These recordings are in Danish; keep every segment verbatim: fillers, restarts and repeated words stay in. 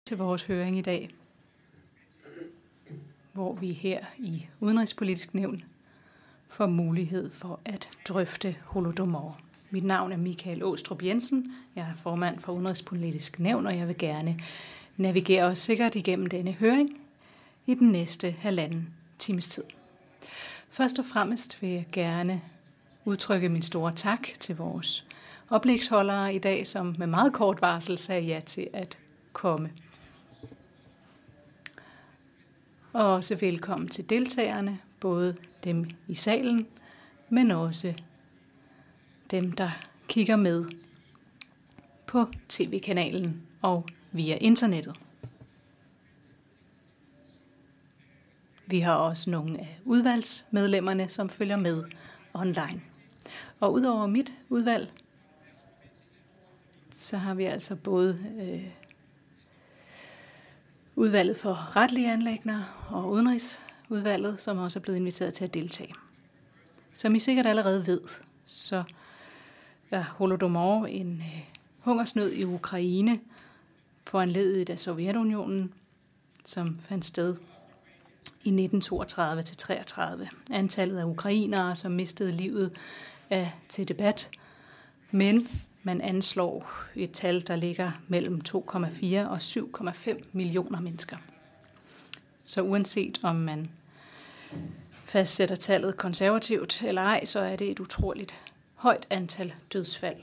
Til vores høring i dag, hvor vi her i Udenrigspolitisk Nævn får mulighed for at drøfte Holodomor. Mit navn er Michael Aastrup Jensen. Jeg er formand for Udenrigspolitisk Nævn, og jeg vil gerne navigere os sikkert igennem denne høring i den næste halvanden times tid. Først og fremmest vil jeg gerne udtrykke min store tak til vores oplægsholdere i dag, som med meget kort varsel sagde ja til at komme. Og også velkommen til deltagerne, både dem i salen, men også dem, der kigger med på tv-kanalen og via internettet. Vi har også nogle af udvalgsmedlemmerne, som følger med online. Og udover mit udvalg, så har vi altså både øh, udvalget for retlige anliggender og udenrigsudvalget, som også er blevet inviteret til at deltage. Som I sikkert allerede ved, så er Holodomor en øh, hungersnød i Ukraine, foranlediget af Sovjetunionen, som fandt sted i nitten toogtredive til treogtredive. Antallet af ukrainere, som mistede livet, er til debat, men man anslår et tal, der ligger mellem to komma fire og syv komma fem millioner mennesker. Så uanset om man fastsætter tallet konservativt eller ej, så er det et utroligt højt antal dødsfald.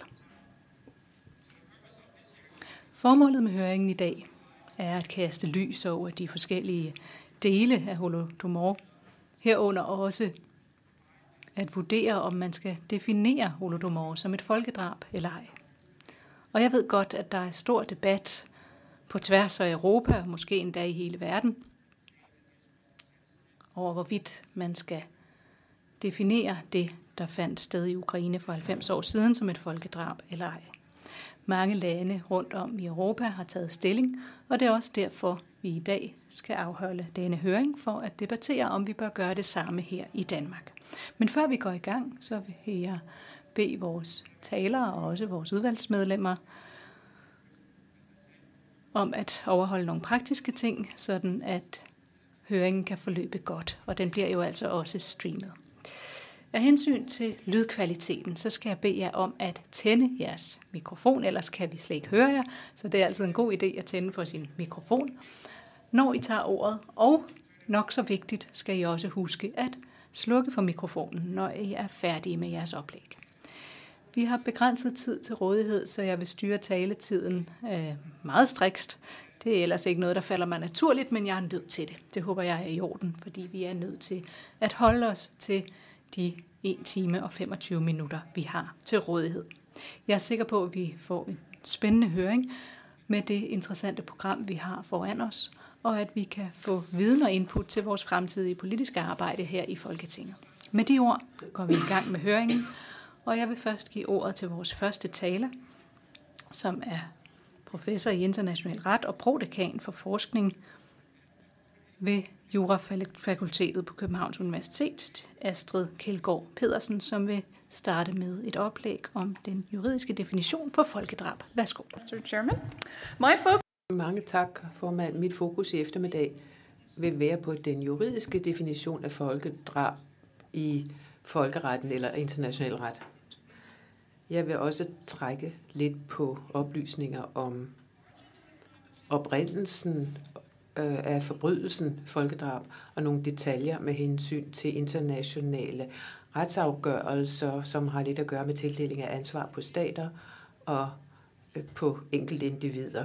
Formålet med høringen i dag er at kaste lys over de forskellige dele af Holodomor, herunder også at vurdere, om man skal definere Holodomor som et folkedrab eller ej. Og jeg ved godt, at der er stor debat på tværs af Europa, måske endda i hele verden, over hvorvidt man skal definere det, der fandt sted i Ukraine for halvfems år siden, som et folkedrab eller ej. Mange lande rundt om i Europa har taget stilling, og det er også derfor, vi i dag skal afholde denne høring for at debattere, om vi bør gøre det samme her i Danmark. Men før vi går i gang, så vil jeg bede vores talere og også vores udvalgsmedlemmer om at overholde nogle praktiske ting, sådan at høringen kan forløbe godt, og den bliver jo altså også streamet. Af hensyn til lydkvaliteten, så skal jeg bede jer om at tænde jeres mikrofon, ellers kan vi slet ikke høre jer, så det er altid en god idé at tænde for sin mikrofon, når I tager ordet, og nok så vigtigt skal I også huske at slukke for mikrofonen, når I er færdige med jeres oplæg. Vi har begrænset tid til rådighed, så jeg vil styre taletiden øh, meget strikst. Det er ellers ikke noget, der falder mig naturligt, men jeg er nødt til det. Det håber jeg er i orden, fordi vi er nødt til at holde os til de en time og femogtyve minutter, vi har til rådighed. Jeg er sikker på, at vi får en spændende høring med det interessante program, vi har foran os, og at vi kan få viden og input til vores fremtidige politiske arbejde her i Folketinget. Med de ord går vi i gang med høringen, og jeg vil først give ordet til vores første taler, som er professor i international ret og prodekan for forskning ved Jurafakultetet på Københavns Universitet, Astrid Kjeldgaard Pedersen, som vil starte med et oplæg om den juridiske definition på folkedrab. Værsgo. mister Chairman. My focus... Mange tak, formand. Mit fokus i eftermiddag vil være på den juridiske definition af folkedrab i folkeretten eller international ret. Jeg vil også trække lidt på oplysninger om oprindelsen af forbrydelsen folkedrab og nogle detaljer med hensyn til internationale retsafgørelser, som har lidt at gøre med tildeling af ansvar på stater og på enkelte individer.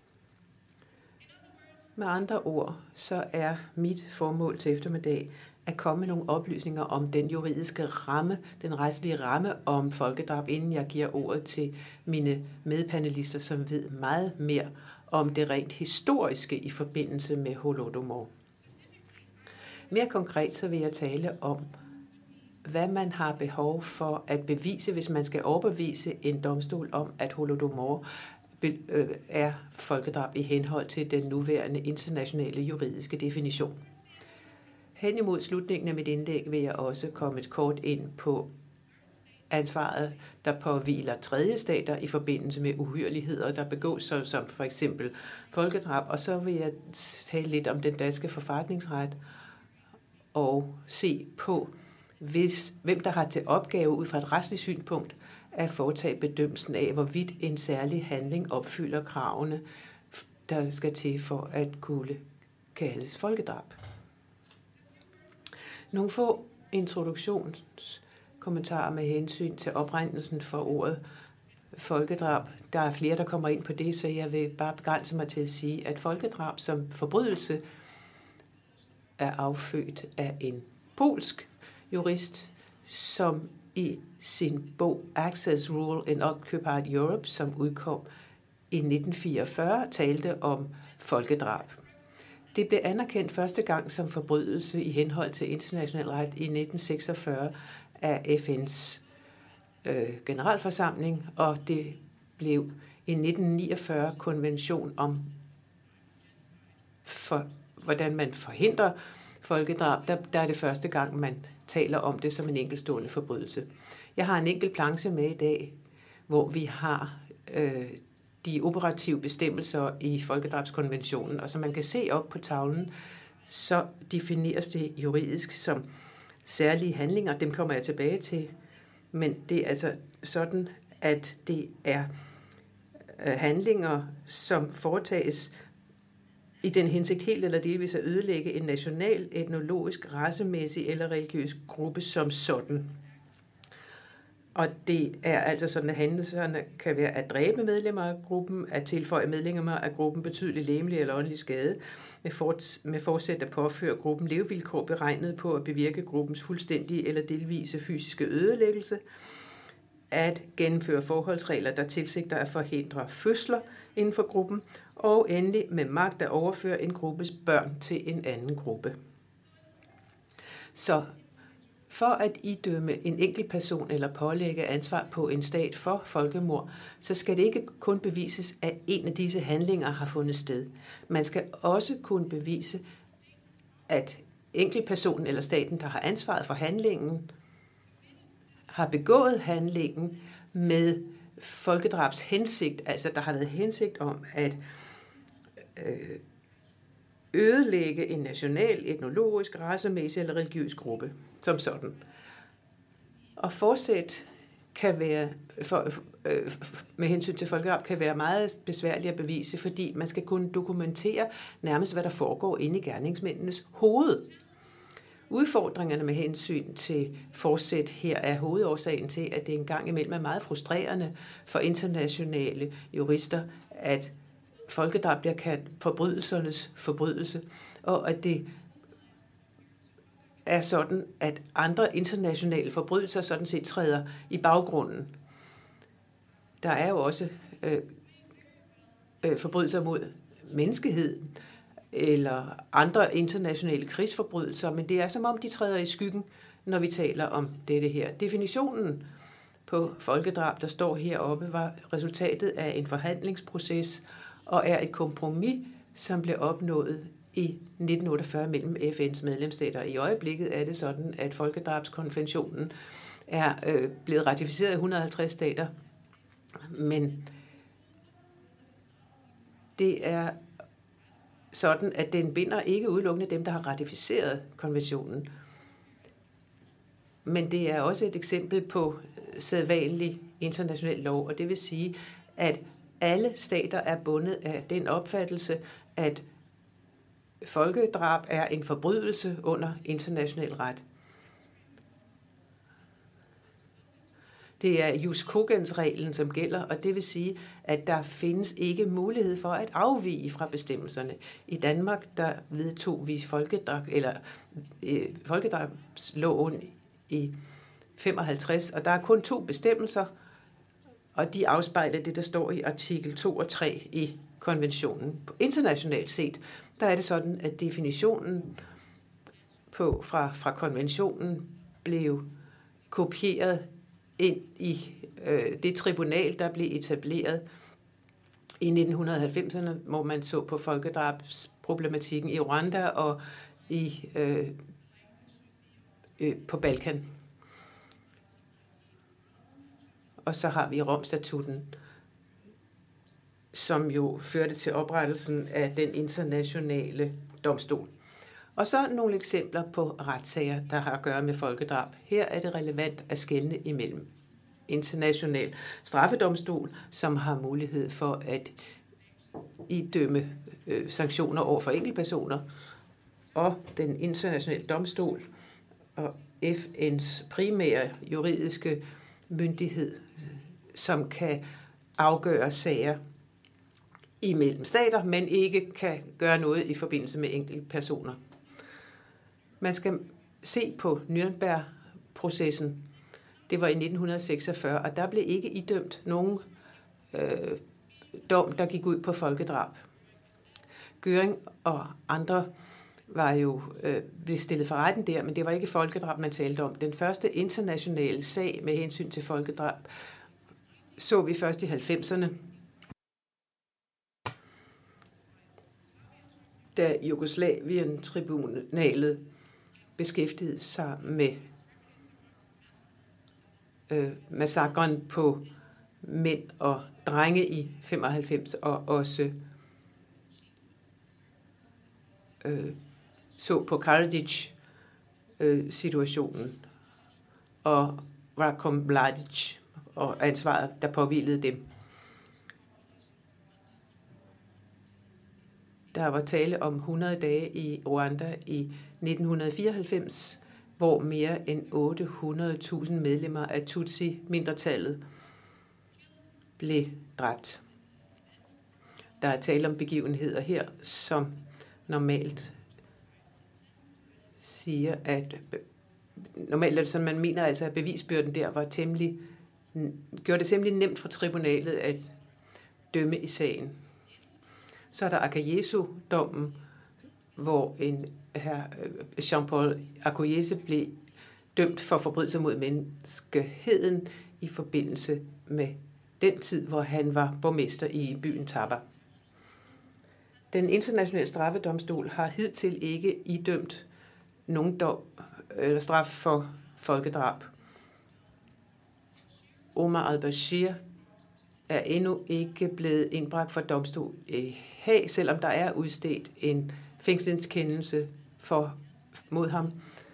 Med andre ord, så er mit formål til eftermiddag at komme med nogle oplysninger om den juridiske ramme, den retslige ramme om folkedrab, inden jeg giver ordet til mine medpanelister, som ved meget mere om det rent historiske i forbindelse med Holodomor. Mere konkret så vil jeg tale om, hvad man har behov for at bevise, hvis man skal overbevise en domstol om, at Holodomor er folkedrab i henhold til den nuværende internationale juridiske definition. Hen imod slutningen af mit indlæg vil jeg også komme et kort ind på ansvaret, der påhviler tredje stater i forbindelse med uhyrligheder, der begås så, som for eksempel folkedrab. Og så vil jeg tale lidt om den danske forfatningsret og se på, hvis, hvem der har til opgave ud fra et retsligt synspunkt at foretage bedømmelsen af, hvorvidt en særlig handling opfylder kravene, der skal til for at kunne kaldes folkedrab. Nogle få introduktionskommentarer med hensyn til oprindelsen for ordet folkedrab. Der er flere, der kommer ind på det, så jeg vil bare begrænse mig til at sige, at folkedrab som forbrydelse er affødt af en polsk jurist, som i sin bog Access Rule in Occupied Europe, som udkom i nitten fireogfyrre, talte om folkedrab. Det blev anerkendt første gang som forbrydelse i henhold til international ret i nitten seksogfyrre af F N's øh, generalforsamling, og det blev i nitten niogfyrre konvention om, for, hvordan man forhindrer folkedrab. Der, der er det første gang, man taler om det som en enkeltstående forbrydelse. Jeg har en enkelt planche med i dag, hvor vi har øh, de operative bestemmelser i folkedrabskonventionen, og som man kan se op på tavlen, så defineres det juridisk som særlige handlinger. Dem kommer jeg tilbage til, men det er altså sådan, at det er handlinger, som foretages i den hensigt helt eller delvis at ødelægge en national, etnologisk, racemæssig eller religiøs gruppe som sådan. Og det er altså sådan, at handlingerne kan være at dræbe medlemmer af gruppen, at tilføje medlemmer af gruppen betydelig legemlig eller åndelig skade, med, fort, med forsæt at påføre gruppen levevilkår beregnet på at bevirke gruppens fuldstændige eller delvise fysiske ødelæggelse, at gennemføre forholdsregler, der tilsigter at forhindre fødsler inden for gruppen, og endelig med magt at overføre en gruppes børn til en anden gruppe. Så for at idømme en enkelt person eller pålægge ansvar på en stat for folkemord, så skal det ikke kun bevises, at en af disse handlinger har fundet sted. Man skal også kunne bevise, at enkeltpersonen eller staten, der har ansvaret for handlingen, har begået handlingen med folkedrabs hensigt, altså der har været hensigt om at ødelægge en national, etnologisk, racemæssig eller religiøs gruppe som sådan. Og forsæt kan være, for, øh, med hensyn til folkedrab, kan være meget besværligt at bevise, fordi man skal kunne dokumentere nærmest, hvad der foregår inde i gerningsmændenes hoved. Udfordringerne med hensyn til forsæt her er hovedårsagen til, at det engang imellem er meget frustrerende for internationale jurister, at folkedrab bliver kaldt forbrydelsernes forbrydelse, og at det er sådan, at andre internationale forbrydelser sådan set træder i baggrunden. Der er jo også øh, øh, forbrydelser mod menneskeheden, eller andre internationale krigsforbrydelser, men det er som om, de træder i skyggen, når vi taler om dette her. Definitionen på folkedrab, der står heroppe, var resultatet af en forhandlingsproces og er et kompromis, som blev opnået i nitten otteogfyrre mellem F N's medlemsstater. I øjeblikket er det sådan, at folkedrabskonventionen er øh, blevet ratificeret af et hundrede og halvtreds stater, men det er sådan, at den binder ikke udelukkende dem, der har ratificeret konventionen. Men det er også et eksempel på sædvanlig international lov, og det vil sige, at alle stater er bundet af den opfattelse, at folkedrab er en forbrydelse under international ret. Det er jus cogens-reglen, som gælder, og det vil sige, at der findes ikke mulighed for at afvige fra bestemmelserne. I Danmark, der vedtog vi folkedrab, eller øh, folkedrabsloven i femoghalvtreds, og der er kun to bestemmelser, og de afspejler det, der står i artikel to og tre i konventionen. Internationalt set, der er det sådan, at definitionen på, fra, fra konventionen blev kopieret ind i øh, det tribunal, der blev etableret i nitten halvfemserne, hvor man så på folkedrabsproblematikken i Rwanda og i, øh, øh, på Balkan. og så har vi Romstatuten, som jo førte til oprettelsen af den internationale domstol. Og så nogle eksempler på retssager, der har at gøre med folkedrab. Her er det relevant at skelne imellem international straffedomstol, som har mulighed for at idømme øh, sanktioner over for enkeltpersoner, og den internationale domstol og F N's primære juridiske myndighed, som kan afgøre sager imellem stater, men ikke kan gøre noget i forbindelse med enkelte personer. Man skal se på Nürnberg-processen. Det var i nitten seksogfyrre, og der blev ikke idømt nogen øh, dom, der gik ud på folkedrab. Göring og andre var jo øh, blevet stillet for retten der, men det var ikke folkedrab, man talte om. Den første internationale sag med hensyn til folkedrab så vi først i halvfemserne, da Jugoslavien-tribunalet beskæftigede sig med øh, massakren på mænd og drenge i femoghalvfems, og også øh, så på Karadzic-situationen øh, og Ratko Mladic og ansvaret, der påhvilede dem. Der var tale om hundrede dage i Rwanda i nitten fireoghalvfems, hvor mere end otte hundrede tusind medlemmer af Tutsi-mindretallet blev dræbt. Der er tale om begivenheder her, som normalt siger, at normalt er det sådan, man mener altså, at bevisbyrden der var temmelig, gjorde det temmelig nemt for tribunalet at dømme i sagen. Så er der Akayesu-dommen, hvor en herr Jean-Paul Akayesu blev dømt for forbrydelser mod menneskeheden i forbindelse med den tid, hvor han var borgmester i byen Taba. Den internationale straffedomstol har hidtil ikke idømt nogen dom eller straf for folkedrab. Omar al-Bashir er endnu ikke blevet indbragt for domstol i Haag, selvom der er udstedt en fængslingskendelse for, mod ham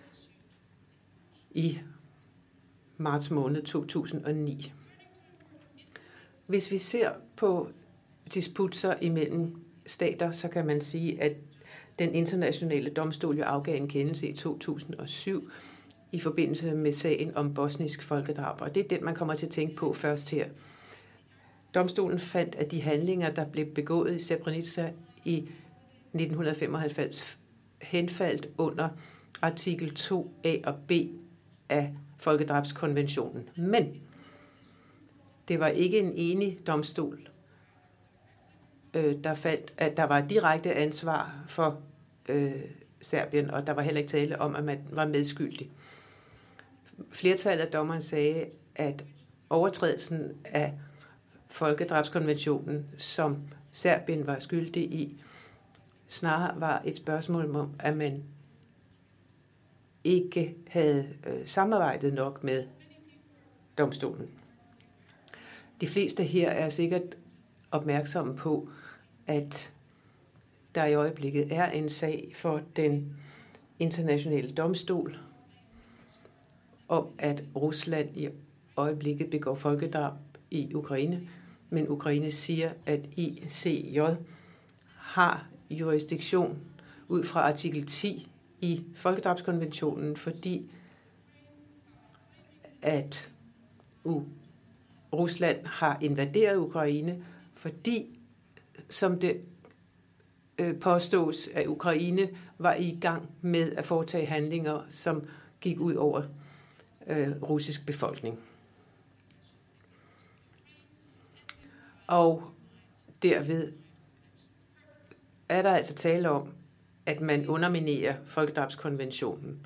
i marts måned to tusind og ni. Hvis vi ser på disputser imellem stater, så kan man sige, at den internationale domstol jo afgav en kendelse i to tusind og syv i forbindelse med sagen om bosnisk folkedrab, og det er den, man kommer til at tænke på først her. Domstolen fandt, at de handlinger, der blev begået i Srebrenica i nitten femoghalvfems, henfaldt under artikel to A og B af folkedrabskonventionen. Men det var ikke en enig domstol, der fandt, at der var direkte ansvar for øh, Serbien, og der var heller ikke tale om, at man var medskyldig. Flertallet af dommerne sagde, at overtrædelsen af folkedrabskonventionen, som Serbien var skyldig i, snarere var et spørgsmål om, at man ikke havde øh, samarbejdet nok med domstolen. De fleste her er sikkert opmærksomme på, at der i øjeblikket er en sag for den internationale domstol om, at Rusland i øjeblikket begår folkedrab i Ukraine, men Ukraine siger, at I C J har jurisdiktion ud fra artikel ti i folkedrabskonventionen, fordi at U- Rusland har invaderet Ukraine, fordi, som det øh, påstås, at Ukraine var i gang med at foretage handlinger, som gik ud over øh, russisk befolkning. Og derved er der altså tale om, at man underminerer folkedrabskonventionen.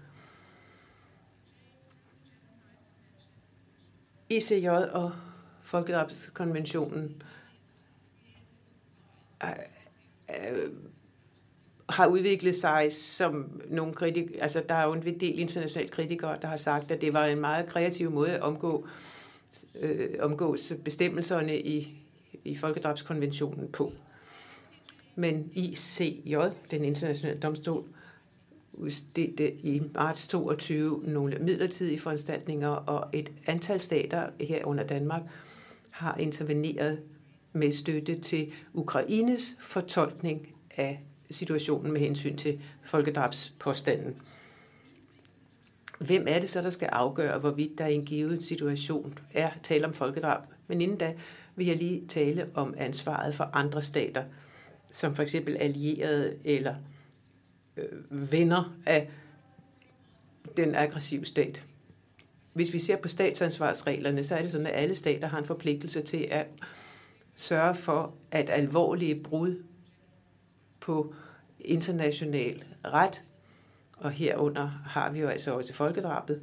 I C J og folkedrabskonventionen har udviklet sig som nogle kritikere, altså der er jo en del internationale kritikere, der har sagt, at det var en meget kreativ måde at omgå øh, omgås bestemmelserne i, i Folkedrabskonventionen på. Men I C J, den internationale domstol, udstedte i marts toogtyve nogle midlertidige foranstaltninger, og et antal stater herunder Danmark har interveneret med støtte til Ukraines fortolkning af situationen med hensyn til folkedrabspåstanden. Hvem er det så, der skal afgøre, hvorvidt der i en givet situation er tale om folkedrab? Men inden da vil jeg lige tale om ansvaret for andre stater, som for eksempel allierede eller øh, venner af den aggressive stat. Hvis vi ser på statsansvarsreglerne, så er det sådan, at alle stater har en forpligtelse til at sørge for, at alvorlige brud på international ret, og herunder har vi jo altså også folkedrabet,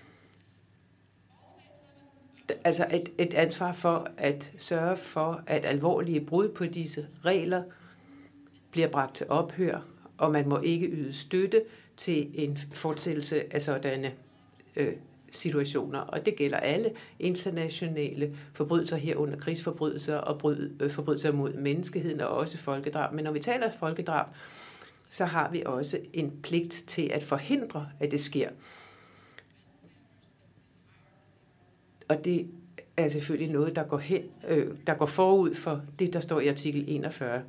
altså et, et ansvar for at sørge for, at alvorlige brud på disse regler bliver bragt til ophør, og man må ikke yde støtte til en fortsættelse af sådanne øh, situationer. Og det gælder alle internationale forbrydelser herunder krigsforbrydelser og bryd, øh, forbrydelser mod menneskeheden og også folkedrab. Men når vi taler folkedrab, så har vi også en pligt til at forhindre, at det sker. Og det er selvfølgelig noget, der går, hen, øh, der går forud for det, der står i artikel enogfyrre.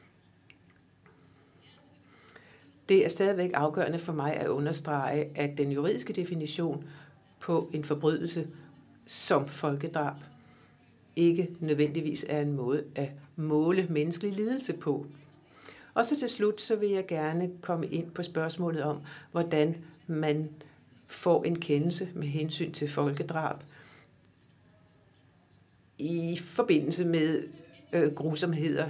Det er stadigvæk afgørende for mig at understrege, at den juridiske definition på en forbrydelse som folkedrab ikke nødvendigvis er en måde at måle menneskelig lidelse på. Og så til slut, så vil jeg gerne komme ind på spørgsmålet om, hvordan man får en kendelse med hensyn til folkedrab i forbindelse med øh, grusomheder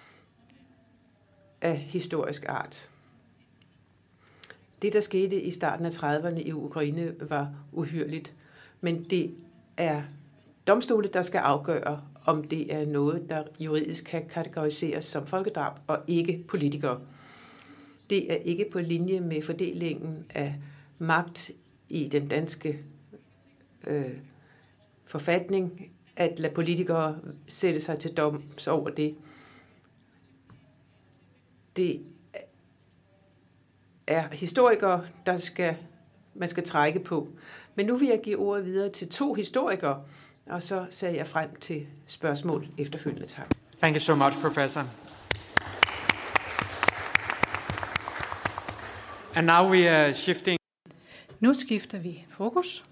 af historisk art. Det, der skete i starten af trediverne i Ukraine, var uhyrligt, men det er domstole, der skal afgøre, om det er noget, der juridisk kan kategoriseres som folkedrab, og ikke politikere. Det er ikke på linje med fordelingen af magt i den danske øh, forfatning, at lade politikere sætte sig til doms over det. Det er historikere, der skal, man skal trække på. Men nu vil jeg give ordet videre til to historikere, og så ser jeg frem til spørgsmål efterfølgende. Tak. Thank you so much, Professor. And now we are shifting. Nu skifter vi fokus.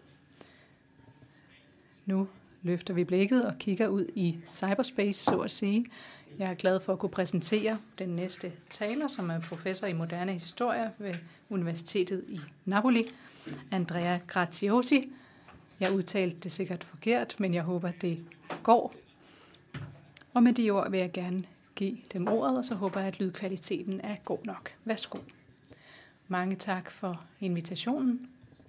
Nu løfter vi blikket og kigger ud i cyberspace, så at sige. Jeg er glad for at kunne præsentere den næste taler, som er professor i moderne historie ved Universitetet i Napoli, Andrea Graziosi. Jeg udtalte det sikkert forkert, men jeg håber, det går. Og med de ord vil jeg gerne give dem ordet, og så håber jeg, at lydkvaliteten er god nok. Værsgo. Mange tak for invitationen.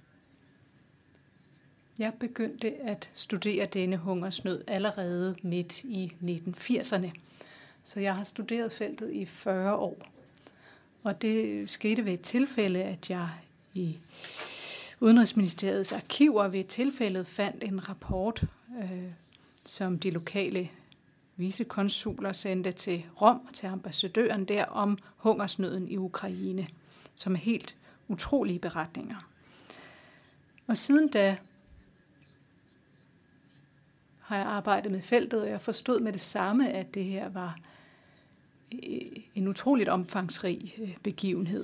Jeg begyndte at studere denne hungersnød allerede midt i nitten firserne, så jeg har studeret feltet i fyrre år. Og det skete ved et tilfælde, at jeg i Udenrigsministeriets arkiver ved tilfældet fandt en rapport, øh, som de lokale vicekonsuler sendte til Rom, til ambassadøren der, om hungersnøden i Ukraine, som er helt utrolige beretninger. Og siden da har jeg arbejdet med feltet, og jeg forstod med det samme, at det her var en utroligt omfangsrig begivenhed.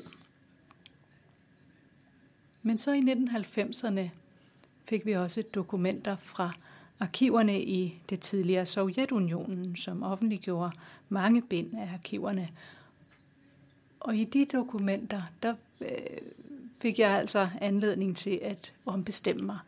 Men så i nitten halvfemserne fik vi også dokumenter fra arkiverne i det tidligere Sovjetunionen, som offentliggjorde mange bind af arkiverne. Og i de dokumenter, der øh, fik jeg altså anledning til at ombestemme mig.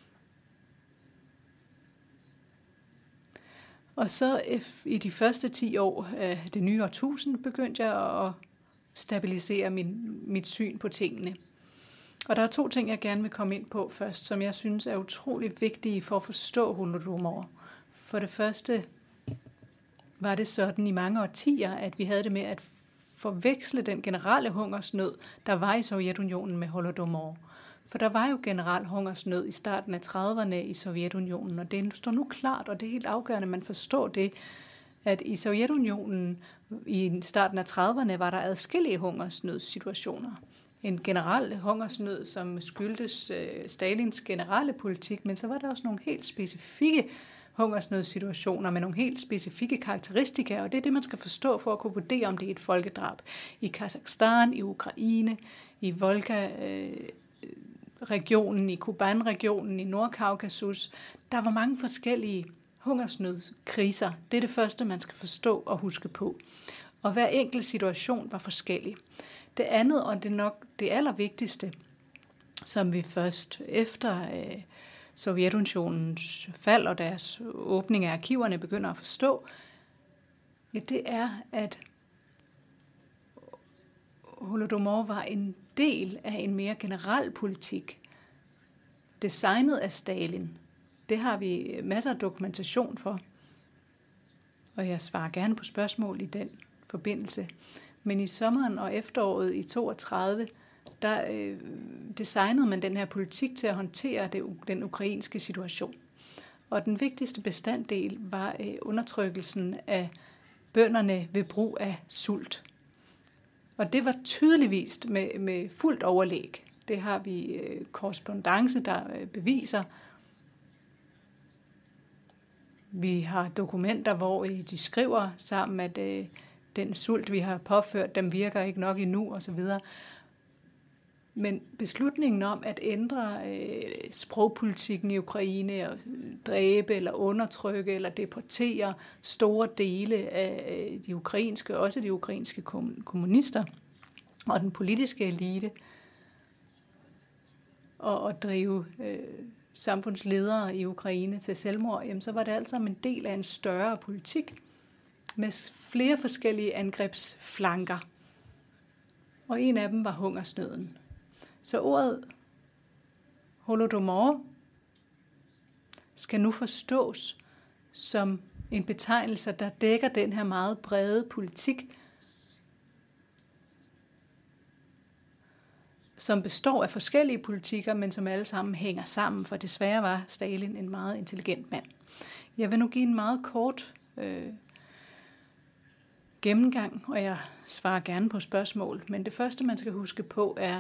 Og så i de første ti år af det nye årtusind begyndte jeg at stabilisere min, mit syn på tingene. Og der er to ting, jeg gerne vil komme ind på først, som jeg synes er utrolig vigtige for at forstå holodomor. For det første var det sådan i mange årtier, at vi havde det med at forveksle den generelle hungersnød, der var i Sovjetunionen med holodomor. For der var jo generel hungersnød i starten af trediverne i Sovjetunionen, og det står nu klart, og det er helt afgørende, at man forstår det, at i Sovjetunionen i starten af trediverne var der adskillige hungersnødssituationer. En generel hungersnød, som skyldtes øh, Stalins generelle politik, men så var der også nogle helt specifikke hungersnødssituationer med nogle helt specifikke karakteristika, og det er det, man skal forstå for at kunne vurdere, om det er et folkedrab. I Kazakhstan, i Ukraine, i Volga-regionen, i Kuban-regionen, i Nordkaukasus. Der var mange forskellige hungersnødskriser. Det er det første, man skal forstå og huske på. Og hver enkelt situation var forskellig. Det andet, og det er nok det allervigtigste, som vi først efter øh, Sovjetunionens fald og deres åbning af arkiverne begynder at forstå, ja, det er, at Holodomor var en del af en mere generel politik, designet af Stalin. Det har vi masser af dokumentation for, og jeg svarer gerne på spørgsmål i den forbindelse. Men i sommeren og efteråret i toogtredive, der øh, designede man den her politik til at håndtere det, den ukrainske situation. Og den vigtigste bestanddel var øh, undertrykkelsen af bønderne ved brug af sult. Og det var tydeligvis med, med fuldt overlæg. Det har vi øh, korrespondance, der øh, beviser. Vi har dokumenter, hvor øh, de skriver sammen, at øh, den sult, vi har påført, dem virker ikke nok endnu, osv. Men beslutningen om at ændre øh, sprogpolitikken i Ukraine og dræbe eller undertrykke eller deportere store dele af de ukrainske, også de ukrainske kommunister og den politiske elite, og, og drive øh, samfundsledere i Ukraine til selvmord, jamen, så var det altså en del af en større politik med flere forskellige angrebsflanker. Og en af dem var hungersnøden. Så ordet Holodomor skal nu forstås som en betegnelse, der dækker den her meget brede politik, som består af forskellige politikker, men som alle sammen hænger sammen, for desværre var Stalin en meget intelligent mand. Jeg vil nu give en meget kort øh, gennemgang, og jeg svarer gerne på spørgsmål, men det første, man skal huske på, er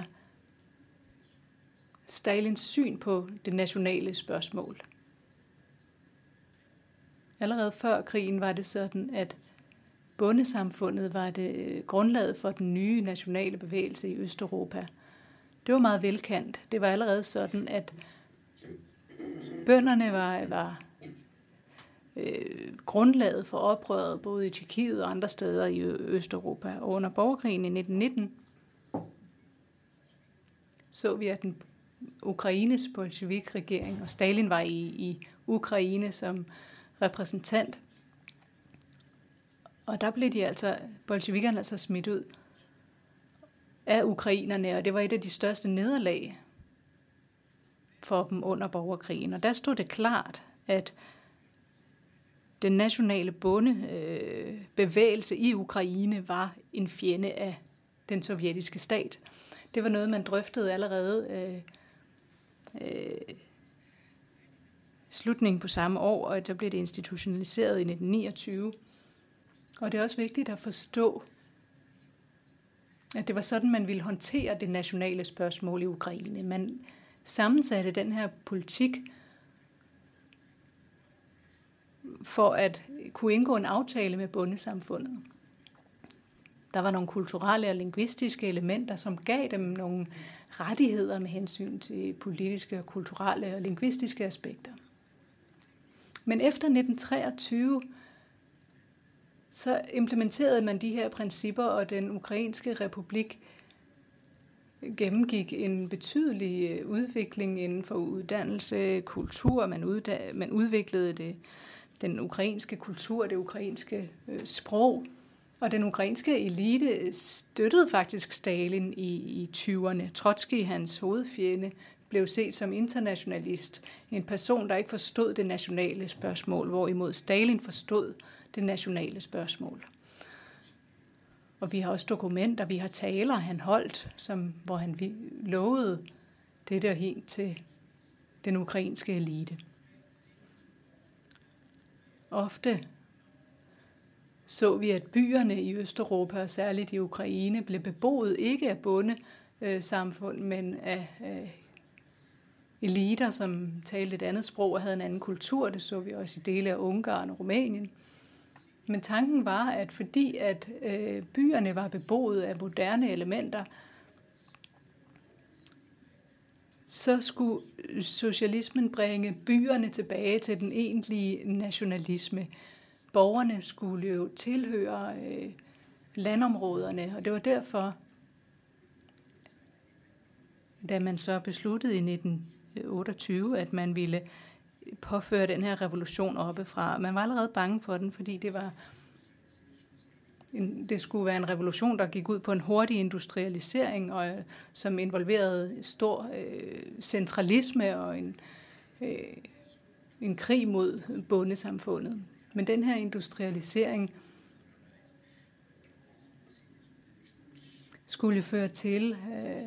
Stalins syn på det nationale spørgsmål. Allerede før krigen var det sådan, at bondesamfundet var det grundlaget for den nye nationale bevægelse i Østeuropa. Det var meget velkendt. Det var allerede sådan, at bønderne var, var øh, grundlaget for oprøret både i Tjekkiet og andre steder i Østeuropa. Og under borgerkrigen i nitten nitten så vi, at den Ukraines bolsjevik-regering, og Stalin var i, i Ukraine som repræsentant. Og der blev de altså, bolsjevikerne altså smidt ud af ukrainerne, og det var et af de største nederlag for dem under borgerkrigen. Og der stod det klart, at den nationale bondebevægelse i Ukraine var en fjende af den sovjetiske stat. Det var noget, man drøftede allerede øh, øh, slutningen på samme år, og så blev det institutionaliseret i nitten niogtyve. Og det er også vigtigt at forstå, at det var sådan, man ville håndtere det nationale spørgsmål i Ukraine. Man sammensatte den her politik for at kunne indgå en aftale med bondesamfundet. Der var nogle kulturelle og lingvistiske elementer, som gav dem nogle rettigheder med hensyn til politiske, kulturelle og lingvistiske aspekter. Men efter nitten treogtyve, så implementerede man de her principper, og den ukrainske republik gennemgik en betydelig udvikling inden for uddannelse, kultur. Man, udda- man udviklede det, den ukrainske kultur, det ukrainske øh, sprog, og den ukrainske elite støttede faktisk Stalin i, i tyverne. Trotskij, hans hovedfjende, blev set som internationalist, en person, der ikke forstod det nationale spørgsmål, hvorimod Stalin forstod det nationale spørgsmål. Og vi har også dokumenter, vi har taler, han holdt, som, hvor han lovede dette og hen til den ukrainske elite. Ofte så vi, at byerne i Østeuropa, og særligt i Ukraine, blev beboet ikke af bondesamfund, men af eliter, som talte et andet sprog og havde en anden kultur. Det så vi også i dele af Ungarn og Rumænien. Men tanken var, at fordi at byerne var beboet af moderne elementer, så skulle socialismen bringe byerne tilbage til den egentlige nationalisme. Borgerne skulle jo tilhøre øh, landområderne, og det var derfor, da man så besluttede i nitten otteogtyve, at man ville påføre den her revolution oppefra. Man var allerede bange for den, fordi det var en, det skulle være en revolution, der gik ud på en hurtig industrialisering, og som involverede stor øh, centralisme og en, øh, en krig mod bondesamfundet. Men den her industrialisering skulle føre til, øh,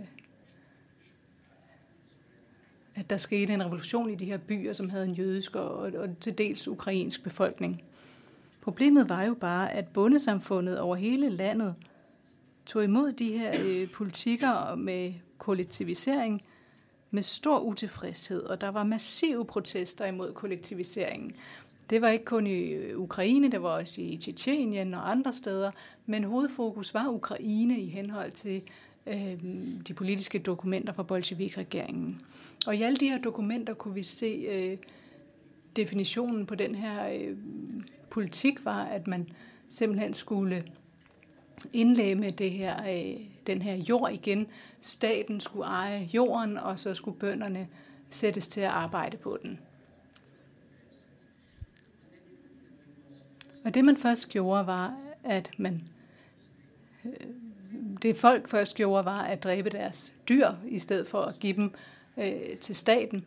at der skete en revolution i de her byer, som havde en jødisk og, og til dels ukrainsk befolkning. Problemet var jo bare, at bondesamfundet over hele landet tog imod de her øh, politikker med kollektivisering med stor utilfredshed, og der var massive protester imod kollektiviseringen. Det var ikke kun i Ukraine, det var også i Tjetjenien og andre steder, men hovedfokus var Ukraine i henhold til øh, de politiske dokumenter fra Bolsjevik-regeringen. Og i alle de her dokumenter kunne vi se øh, definitionen på den her øh, politik var, at man simpelthen skulle indlemme det her, øh, den her jord igen. Staten skulle eje jorden, og så skulle bønderne sættes til at arbejde på den. Og det man først gjorde var, at man det folk først gjorde var at dræbe deres dyr i stedet for at give dem øh, til staten.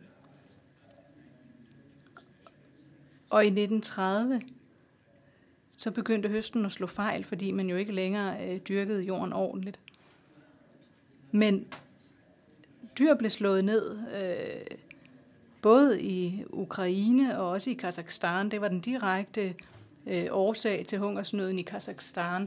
Og i nitten tredive så begyndte høsten at slå fejl, fordi man jo ikke længere øh, dyrkede jorden ordentligt. Men dyr blev slået ned, øh, både i Ukraine og også i Kazakhstan. Det var den direkte øh, årsag til hungersnøden i Kazakhstan.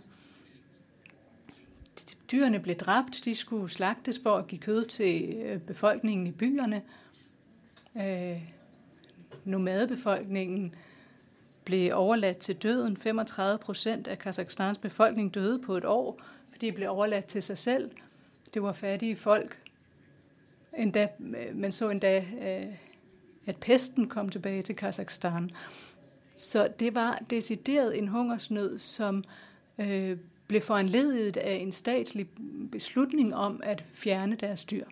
Dyrene blev dræbt, de skulle slagtes for at give kød til øh, befolkningen i byerne. Øh, nomadebefolkningen blev overladt til døden. femogtredive procent af Kazakhstans befolkning døde på et år, fordi de blev overladt til sig selv. Det var fattige folk. Endda, man så endda, at pesten kom tilbage til Kazakhstan. Så det var decideret en hungersnød, som øh, blev foranlediget af en statslig beslutning om at fjerne deres dyr.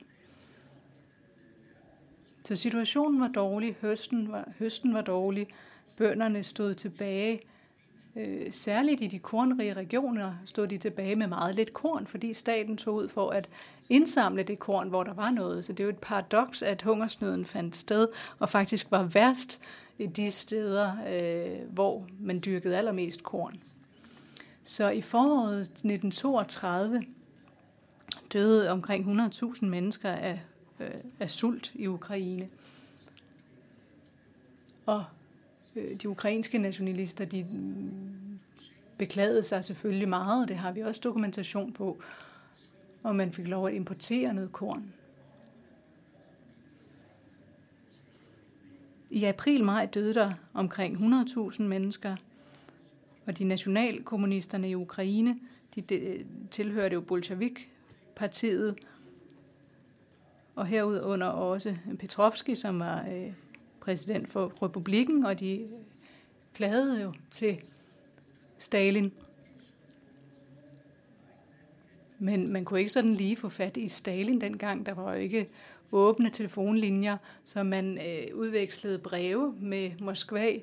Så situationen var dårlig, høsten var, høsten var dårlig, bønderne stod tilbage, øh, særligt i de kornrige regioner stod de tilbage med meget lidt korn, fordi staten tog ud for at indsamle det korn, hvor der var noget. Så det er jo et paradoks, at hungersnøden fandt sted, og faktisk var værst i de steder, øh, hvor man dyrkede allermest korn. Så i foråret nitten toogtredive døde omkring hundrede tusind mennesker af, øh, af sult i Ukraine. Og øh, de ukrainske nationalister, de beklagede sig selvfølgelig meget, og det har vi også dokumentation på, og man fik lov at importere noget korn. I april-maj døde der omkring hundrede tusind mennesker, og de nationalkommunisterne i Ukraine, de, de tilhørte jo Bolsjevik-partiet, og herunder også Petrovski, som var øh, præsident for republikken, og de klagede jo til Stalin. Men man kunne ikke sådan lige få fat i Stalin dengang. Der var jo ikke åbne telefonlinjer, så man øh, udvekslede breve med Moskva.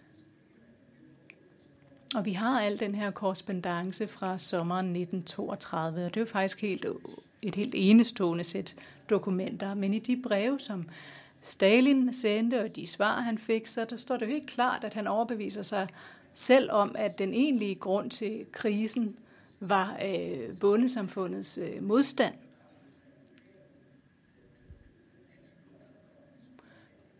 Og vi har al den her korrespondance fra sommeren nitten toogtredive, og det er jo faktisk helt, et helt enestående sæt dokumenter. Men i de breve, som Stalin sendte, og de svar, han fik, så der står det helt klart, at han overbeviser sig selv om, at den egentlige grund til krisen var øh, bondesamfundets øh, modstand.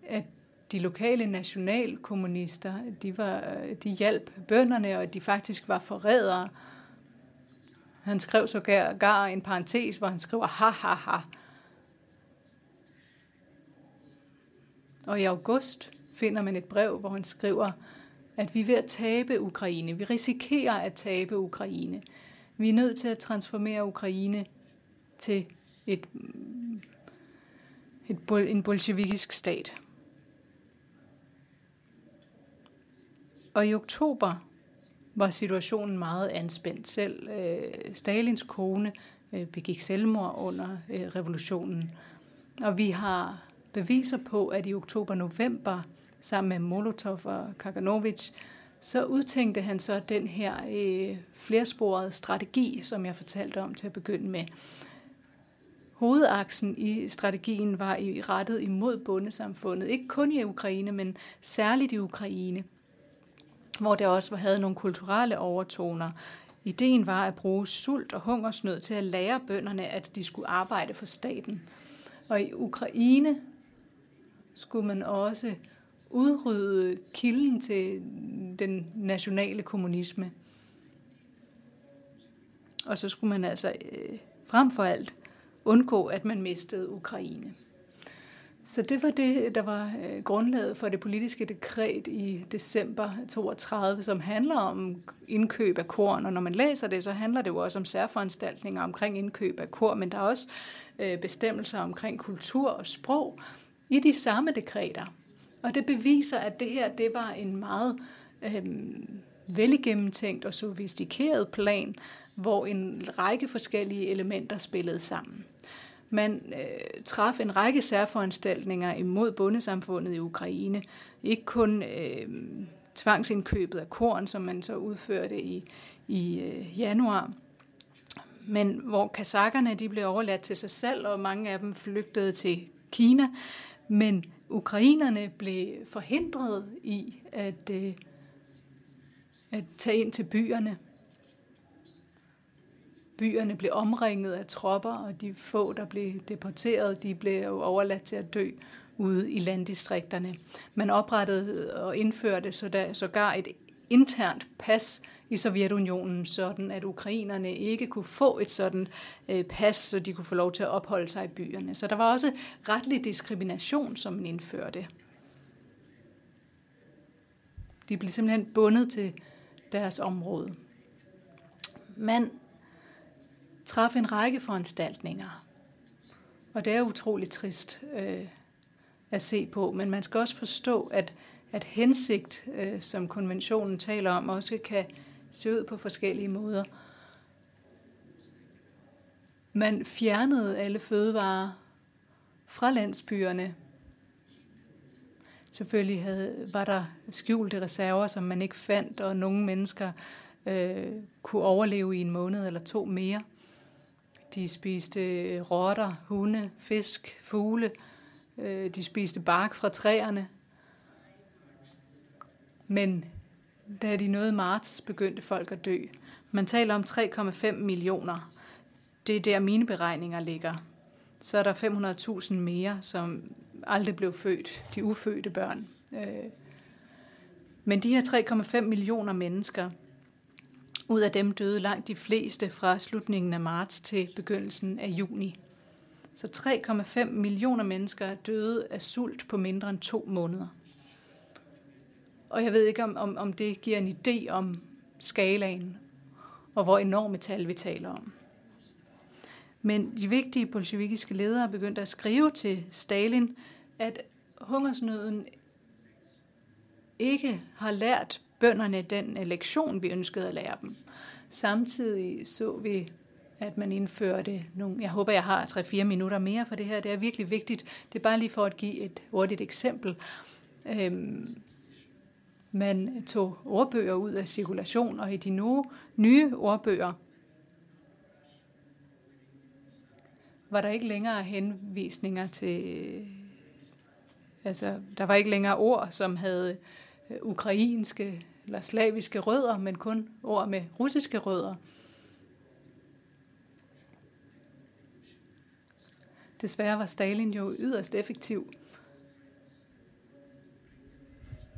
at de lokale nationalkommunister, de, var, de hjalp bønderne, og de faktisk var forrædere. Han skrev sågar en parentes, hvor han skriver ha, ha, ha. Og i august finder man et brev, hvor han skriver, at vi er ved at tabe Ukraine. Vi risikerer at tabe Ukraine. Vi er nødt til at transformere Ukraine til et, et, en bolsjevikisk stat. Og i oktober var situationen meget anspændt. Selv øh, Stalins kone øh, begik selvmord under øh, revolutionen. Og vi har beviser på, at i oktober-november, sammen med Molotov og Kaganovich, så udtænkte han så den her øh, flersporede strategi, som jeg fortalte om til at begynde med. Hovedaksen i strategien var i rettet imod bondesamfundet, ikke kun i Ukraine, men særligt i Ukraine, hvor der også havde nogle kulturelle overtoner. Ideen var at bruge sult og hungersnød til at lære bønderne, at de skulle arbejde for staten. Og i Ukraine skulle man også udrydde kilden til den nationale kommunisme. Og så skulle man altså øh, frem for alt undgå, at man mistede Ukraine. Så det var det, der var øh, grundlaget for det politiske dekret i december toogtredive, som handler om indkøb af korn. Og når man læser det, så handler det jo også om særforanstaltninger omkring indkøb af korn, men der er også øh, bestemmelser omkring kultur og sprog i de samme dekreter. Og det beviser, at det her det var en meget øh, velgennemtænkt og sofistikeret plan, hvor en række forskellige elementer spillede sammen. Man øh, traf en række særforanstaltninger imod bondesamfundet i Ukraine. Ikke kun øh, tvangsindkøbet af korn, som man så udførte i, i øh, januar, men hvor kasakkerne de blev overladt til sig selv, og mange af dem flygtede til Kina. Men ukrainerne blev forhindret i at, øh, at tage ind til byerne. Byerne blev omringet af tropper, og de få, der blev deporteret, de blev jo overladt til at dø ude i landdistrikterne. Man oprettede og indførte sågar et internt pas i Sovjetunionen, sådan at ukrainerne ikke kunne få et sådan pas, så de kunne få lov til at opholde sig i byerne. Så der var også retlig diskrimination, som man indførte. De blev simpelthen bundet til deres område. Man traf en række foranstaltninger, og det er utroligt trist øh, at se på, men man skal også forstå, at, at hensigt, øh, som konventionen taler om, også kan se ud på forskellige måder. Man fjernede alle fødevarer fra landsbyerne. Selvfølgelig havde, var der skjulte reserver, som man ikke fandt, og nogle mennesker øh, kunne overleve i en måned eller to mere. De spiste rotter, hunde, fisk, fugle. De spiste bark fra træerne. Men da de nåede marts, begyndte folk at dø. Man taler om tre komma fem millioner. Det er der mine beregninger ligger. Så er der fem hundrede tusind mere, som aldrig blev født. De ufødte børn. Men de her tre komma fem millioner mennesker, ud af dem døde langt de fleste fra slutningen af marts til begyndelsen af juni. Så tre komma fem millioner mennesker døde af sult på mindre end to måneder. Og jeg ved ikke, om, om, om det giver en idé om skalaen, og hvor enorme tal vi taler om. Men de vigtige bolsjevikiske ledere begyndte at skrive til Stalin, at hungersnøden ikke har lært bønderne den lektion, vi ønskede at lære dem. Samtidig så vi, at man indførte nogle, jeg håber, jeg har tre-fire minutter mere for det her, det er virkelig vigtigt. Det er bare lige for at give et hurtigt eksempel. Øhm, man tog ordbøger ud af cirkulation, og i de nu, nye ordbøger var der ikke længere henvisninger til, altså der var ikke længere ord, som havde ukrainske eller slaviske rødder, men kun ord med russiske rødder. Desværre var Stalin jo yderst effektiv.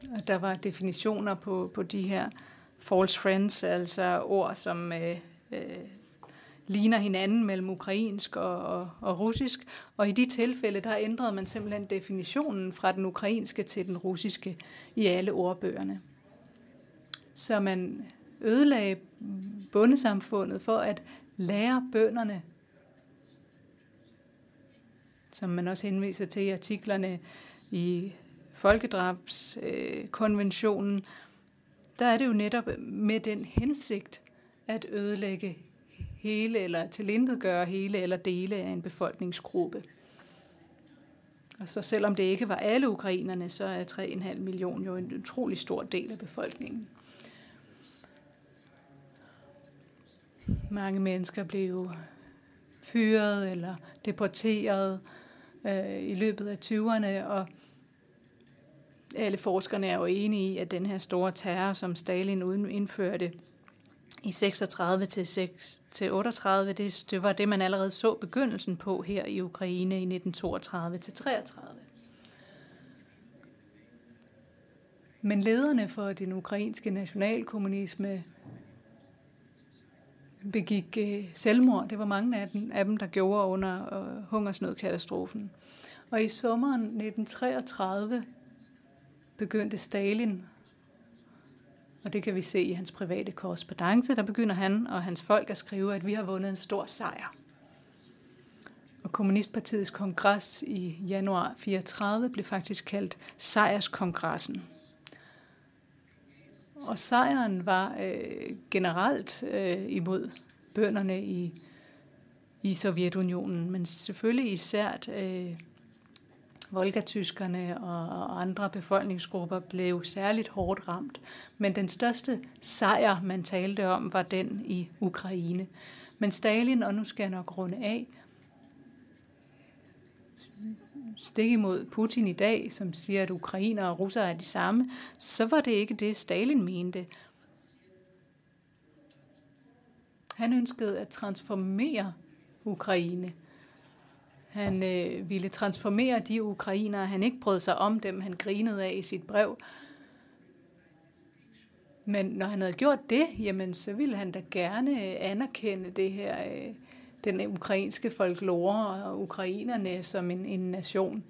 Der var definitioner på, på de her false friends, altså ord, som øh, øh, ligner hinanden mellem ukrainsk og, og, og russisk. Og i de tilfælde, der ændrede man simpelthen definitionen fra den ukrainske til den russiske i alle ordbøgerne. Så man ødelagde bondesamfundet for at lære bønderne, som man også henviser til i artiklerne i Folkedrabskonventionen, der er det jo netop med den hensigt at ødelægge hele eller tilintetgøre hele eller dele af en befolkningsgruppe. Og så selvom det ikke var alle ukrainerne, så er tre komma fem millioner jo en utrolig stor del af befolkningen. Mange mennesker blev fyret eller deporteret øh, i løbet af tyverne, og alle forskerne er jo enige i, at den her store terror, som Stalin indførte i seksogtredive til otteogtredive, det, det var det, man allerede så begyndelsen på her i Ukraine i nitten toogtredive til treogtredive. Men lederne for den ukrainske nationalkommunisme begik selvmord. Det var mange af dem, af dem der gjorde under uh, hungersnødkatastrofen. Og i sommeren nitten treogtredive begyndte Stalin, og det kan vi se i hans private korrespondance, der begynder han og hans folk at skrive, at vi har vundet en stor sejr. Og Kommunistpartiets kongres i januar fireogtredive blev faktisk kaldt sejrskongressen. Og sejren var øh, generelt øh, imod bønderne i, i Sovjetunionen, men selvfølgelig især øh, Volga-tyskerne og, og andre befolkningsgrupper blev særligt hårdt ramt. Men den største sejr, man talte om, var den i Ukraine. Men Stalin, og nu skal jeg nok runde af, stik imod Putin i dag, som siger, at ukrainer og russere er de samme, så var det ikke det, Stalin mente. Han ønskede at transformere Ukraine. Han øh, ville transformere de ukrainere, han ikke brød sig om dem, han grinede af i sit brev. Men når han havde gjort det, jamen, så ville han da gerne anerkende det her, øh, den ukrainske folklore og ukrainerne som en, en nation.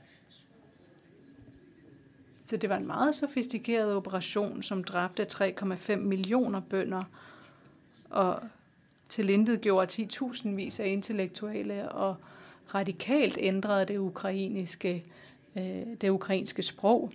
Så det var en meget sofistikeret operation, som dræbte tre komma fem millioner bønder og tilintetgjorde ti tusindvis af intellektuelle og radikalt ændrede det ukrainske, øh, det ukrainske sprog.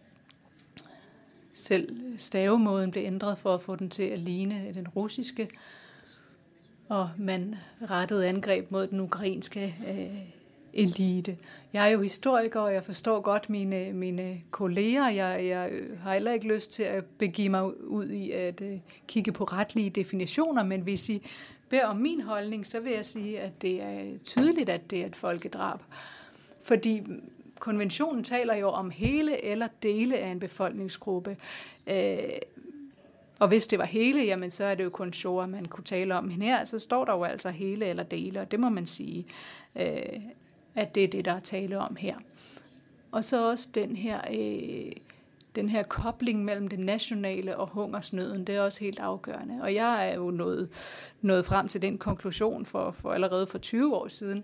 Selv stavemåden blev ændret for at få den til at ligne den russiske, og man rettede angreb mod den ukrainske øh, elite. Jeg er jo historiker, og jeg forstår godt mine, mine kolleger. Jeg, jeg har heller ikke lyst til at begive mig ud i at øh, kigge på retlige definitioner, men hvis I beder om min holdning, så vil jeg sige, at det er tydeligt, at det er et folkedrab. Fordi konventionen taler jo om hele eller dele af en befolkningsgruppe. Øh, og hvis det var hele, jamen så er det jo kun Shoah, man kunne tale om. Men her så står der jo altså hele eller dele, og det må man sige, øh, at det er det, der er tale om her. Og så også den her, øh, den her kobling mellem det nationale og hungersnøden, det er også helt afgørende. Og jeg er jo nået, nået frem til den konklusion for, for allerede for tyve år siden.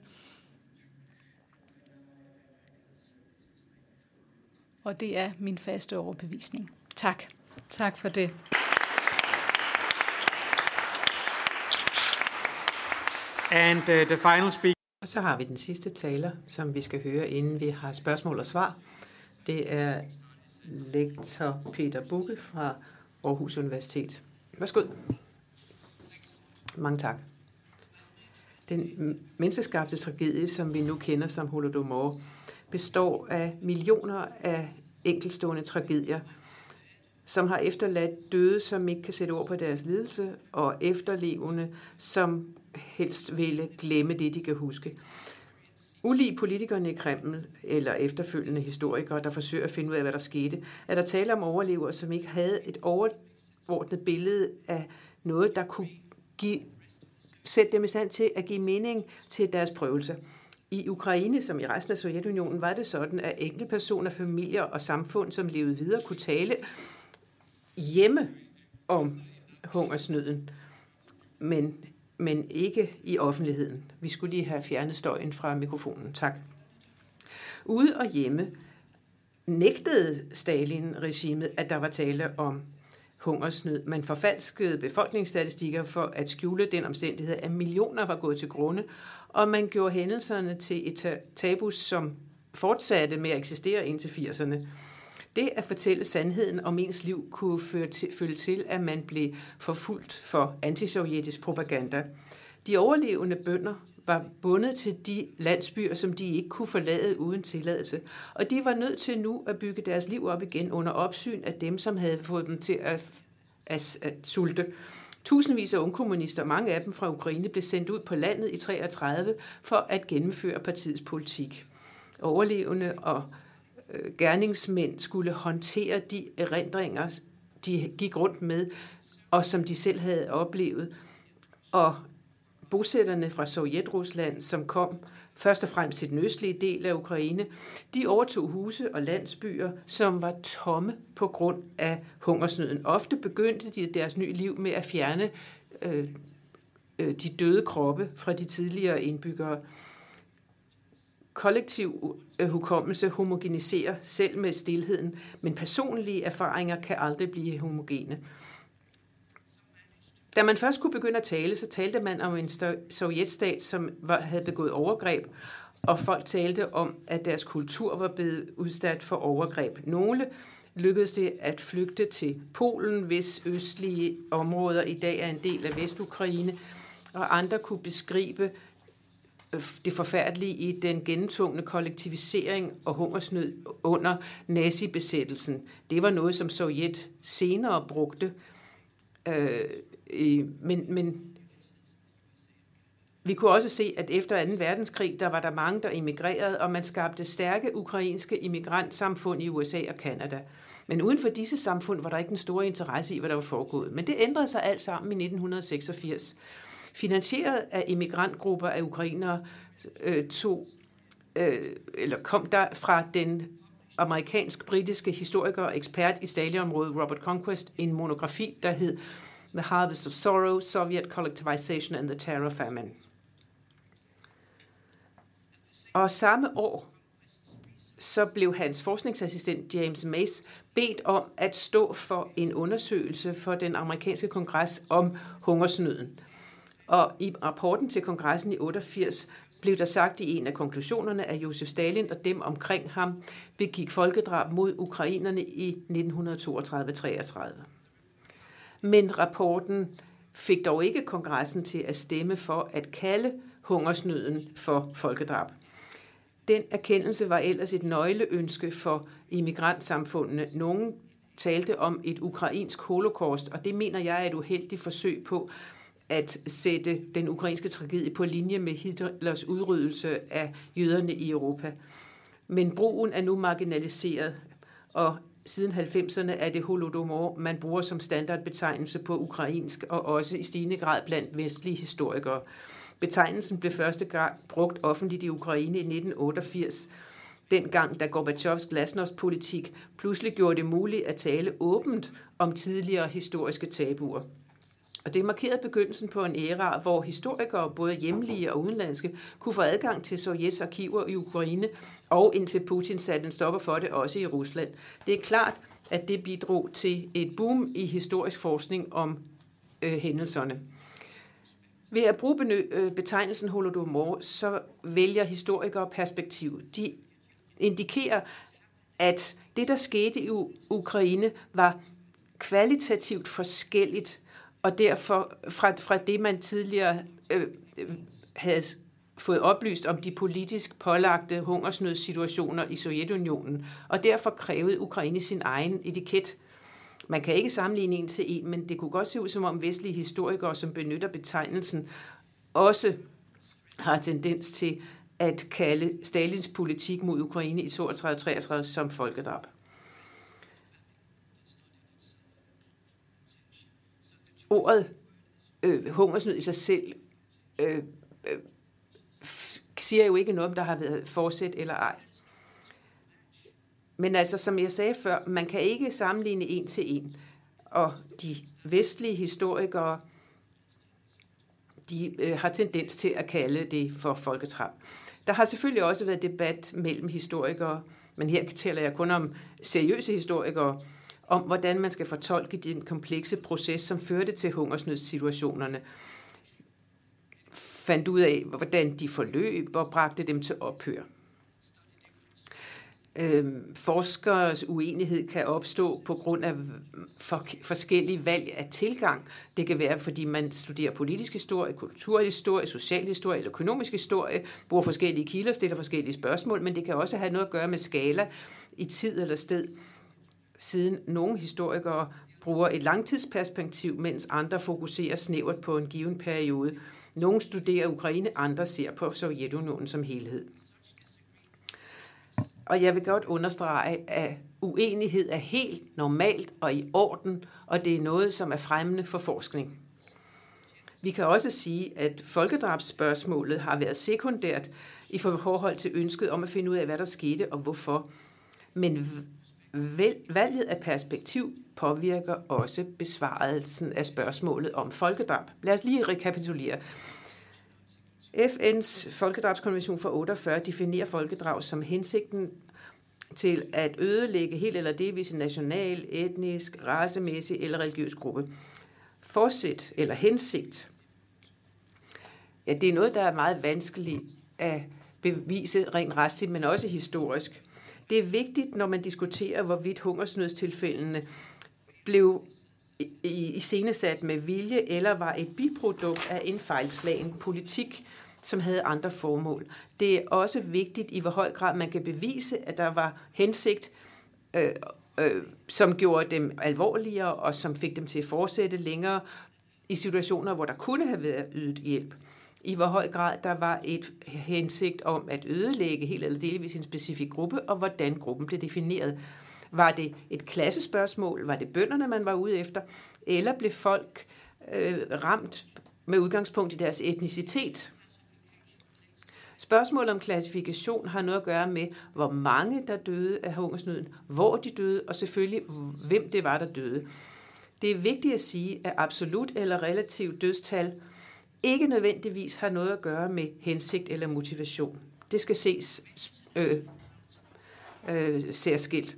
Og det er min faste overbevisning. Tak. Tak for det. And uh, the final speaker. Og så har vi den sidste taler, som vi skal høre, inden vi har spørgsmål og svar. Det er lektor Peter Bugge fra Aarhus Universitet. Værsgo. Mange tak. Den menneskeskabte tragedie, som vi nu kender som Holodomor, består af millioner af enkeltstående tragedier, som har efterladt døde, som ikke kan sætte ord på deres lidelse, og efterlevende, som helst ville glemme det, de kan huske. Ulig politikerne i Kreml, eller efterfølgende historikere, der forsøger at finde ud af, hvad der skete, er der tale om overlevere, som ikke havde et overordnet billede af noget, der kunne give, sætte dem i stand til at give mening til deres prøvelser. i Ukraine, som i resten af Sovjetunionen, var det sådan, at enkeltpersoner, familier og samfund, som levede videre, kunne tale hjemme om hungersnøden, men, men ikke i offentligheden. Vi skulle lige have fjernet støjen fra mikrofonen. Tak. Ude og hjemme nægtede Stalin-regimet, at der var tale om hungersnød. Man forfalskede befolkningsstatistikker for at skjule den omstændighed, at millioner var gået til grunde, og man gjorde hændelserne til et tabus, som fortsatte med at eksistere indtil firserne. Det at fortælle sandheden om ens liv kunne føre til, følge til, at man blev forfulgt for antisovjetisk propaganda. De overlevende bønder var bundet til de landsbyer, som de ikke kunne forlade uden tilladelse. Og de var nødt til nu at bygge deres liv op igen under opsyn af dem, som havde fået dem til at, at, at sulte. Tusindvis af ungkommunister, mange af dem fra Ukraine, blev sendt ud på landet i treogtredive for at gennemføre partiets politik. Overlevende og øh, gerningsmænd skulle håndtere de erindringer, de gik rundt med, og som de selv havde oplevet. Og bosætterne fra Sovjetrusland, som kom først og fremmest til den østlige del af Ukraine, de overtog huse og landsbyer, som var tomme på grund af hungersnøden. Ofte begyndte de deres nye liv med at fjerne øh, øh, de døde kroppe fra de tidligere indbyggere. Kollektiv øh, hukommelse homogeniserer selv med stilheden, men personlige erfaringer kan aldrig blive homogene. Da man først kunne begynde at tale, så talte man om en sovjetstat, som var, havde begået overgreb, og folk talte om, at deres kultur var blevet udsat for overgreb. Nogle lykkedes det at flygte til Polen, hvis østlige områder i dag er en del af Vestukraine, og andre kunne beskrive det forfærdelige i den gennemtvungne kollektivisering og hungersnød under nazibesættelsen. Det var noget, som Sovjet senere brugte. Øh, men, men vi kunne også se, at efter anden verdenskrig, der var der mange, der emigrerede, og man skabte stærke ukrainske immigrantsamfund i U S A og Canada. Men uden for disse samfund var der ikke en stor interesse i, hvad der var foregået. Men det ændrede sig alt sammen i nitten seksogfirs. Finansieret af immigrantgrupper af ukrainere, øh, tog, øh, eller kom der fra den amerikansk-britiske historiker og ekspert i Stalinområdet Robert Conquest en monografi, der hed The Harvest of Sorrow, Soviet Collectivization and the Terror Famine. Og samme år, så blev hans forskningsassistent James Mace bedt om at stå for en undersøgelse for den amerikanske kongres om hungersnøden. Og i rapporten til kongressen i otteogfirs blev der sagt i en af konklusionerne, at Josef Stalin og dem omkring ham begik folkedrab mod ukrainerne i nitten toogtredive til treogtredive. Men rapporten fik dog ikke kongressen til at stemme for at kalde hungersnøden for folkedrab. Den erkendelse var ellers et nøgleønske for immigrantsamfundene. Nogen talte om et ukrainsk holocaust, og det mener jeg er et uheldigt forsøg på at sætte den ukrainske tragedie på linje med Hitlers udryddelse af jøderne i Europa. Men brugen er nu marginaliseret, og siden halvfemserne er det holodomor, man bruger som standardbetegnelse på ukrainsk, og også i stigende grad blandt vestlige historikere. Betegnelsen blev første gang brugt offentligt i Ukraine i nitten otteogfirs, dengang da Gorbatjovs glasnost-politik pludselig gjorde det muligt at tale åbent om tidligere historiske tabuer. Og det markerede begyndelsen på en æra, hvor historikere, både hjemlige og udenlandske, kunne få adgang til Sovjets arkiver i Ukraine, og indtil Putin satte en stopper for det også i Rusland. Det er klart, at det bidrog til et boom i historisk forskning om øh, hændelserne. Ved at bruge betegnelsen holodomor, så vælger historikere perspektiv. De indikerer, at det, der skete i Ukraine, var kvalitativt forskelligt, og derfor fra, fra det, man tidligere øh, havde fået oplyst om de politisk pålagte hungersnødssituationer i Sovjetunionen, og derfor krævede Ukraine sin egen etiket. Man kan ikke sammenligne en til en, men det kunne godt se ud som om vestlige historikere, som benytter betegnelsen, også har tendens til at kalde Stalins politik mod Ukraine i toogtredive til treogtredive som folkedrab. Ordet øh, hungersnød i sig selv øh, øh, siger jo ikke noget om, der har været forsæt eller ej. Men altså, som jeg sagde før, man kan ikke sammenligne en til en. Og de vestlige historikere, de øh, har tendens til at kalde det for folkedrab. Der har selvfølgelig også været debat mellem historikere, men her taler jeg kun om seriøse historikere, om hvordan man skal fortolke den komplekse proces, som førte til hungersnødssituationerne. Fandt ud af, hvordan de forløb og bragte dem til ophør. Øhm, forskers uenighed kan opstå på grund af for, forskellige valg af tilgang. Det kan være, fordi man studerer politisk historie, kulturhistorie, socialhistorie eller økonomisk historie, bruger forskellige kilder, stiller forskellige spørgsmål, men det kan også have noget at gøre med skala i tid eller sted, siden nogle historikere bruger et langtidsperspektiv, mens andre fokuserer snævert på en given periode. Nogle studerer Ukraine, andre ser på Sovjetunionen som helhed. Og jeg vil godt understrege, at uenighed er helt normalt og i orden, og det er noget, som er fremmende for forskning. Vi kan også sige, at folkedrabsspørgsmålet har været sekundært i forhold til ønsket om at finde ud af, hvad der skete og hvorfor. Men valget af perspektiv påvirker også besvarelsen af spørgsmålet om folkedrab. Lad os lige rekapitulere. F N's folkedrabskonvention fra otteogfyrre definerer folkedrab som hensigten til at ødelægge helt eller delvis en national, etnisk, racemæssig eller religiøs gruppe. Forsæt eller hensigt, ja, det er noget, der er meget vanskeligt at bevise rent retsligt, men også historisk. Det er vigtigt, når man diskuterer, hvorvidt hungersnødstilfældene blev iscenesat med vilje eller var et biprodukt af en fejlslagen politik, som havde andre formål. Det er også vigtigt, i hvor høj grad man kan bevise, at der var hensigt, øh, øh, som gjorde dem alvorligere og som fik dem til at fortsætte længere i situationer, hvor der kunne have været ydet hjælp. I hvor høj grad der var et hensigt om at ødelægge helt eller delvis en specifik gruppe, og hvordan gruppen blev defineret. Var det et klassespørgsmål? Var det bønderne, man var ude efter? Eller blev folk øh, ramt med udgangspunkt i deres etnicitet? Spørgsmålet om klassifikation har noget at gøre med, hvor mange der døde af hungersnøden, hvor de døde, og selvfølgelig hvem det var, der døde. Det er vigtigt at sige, at absolut eller relativt dødstal ikke nødvendigvis har noget at gøre med hensigt eller motivation. Det skal ses øh, øh, særskilt.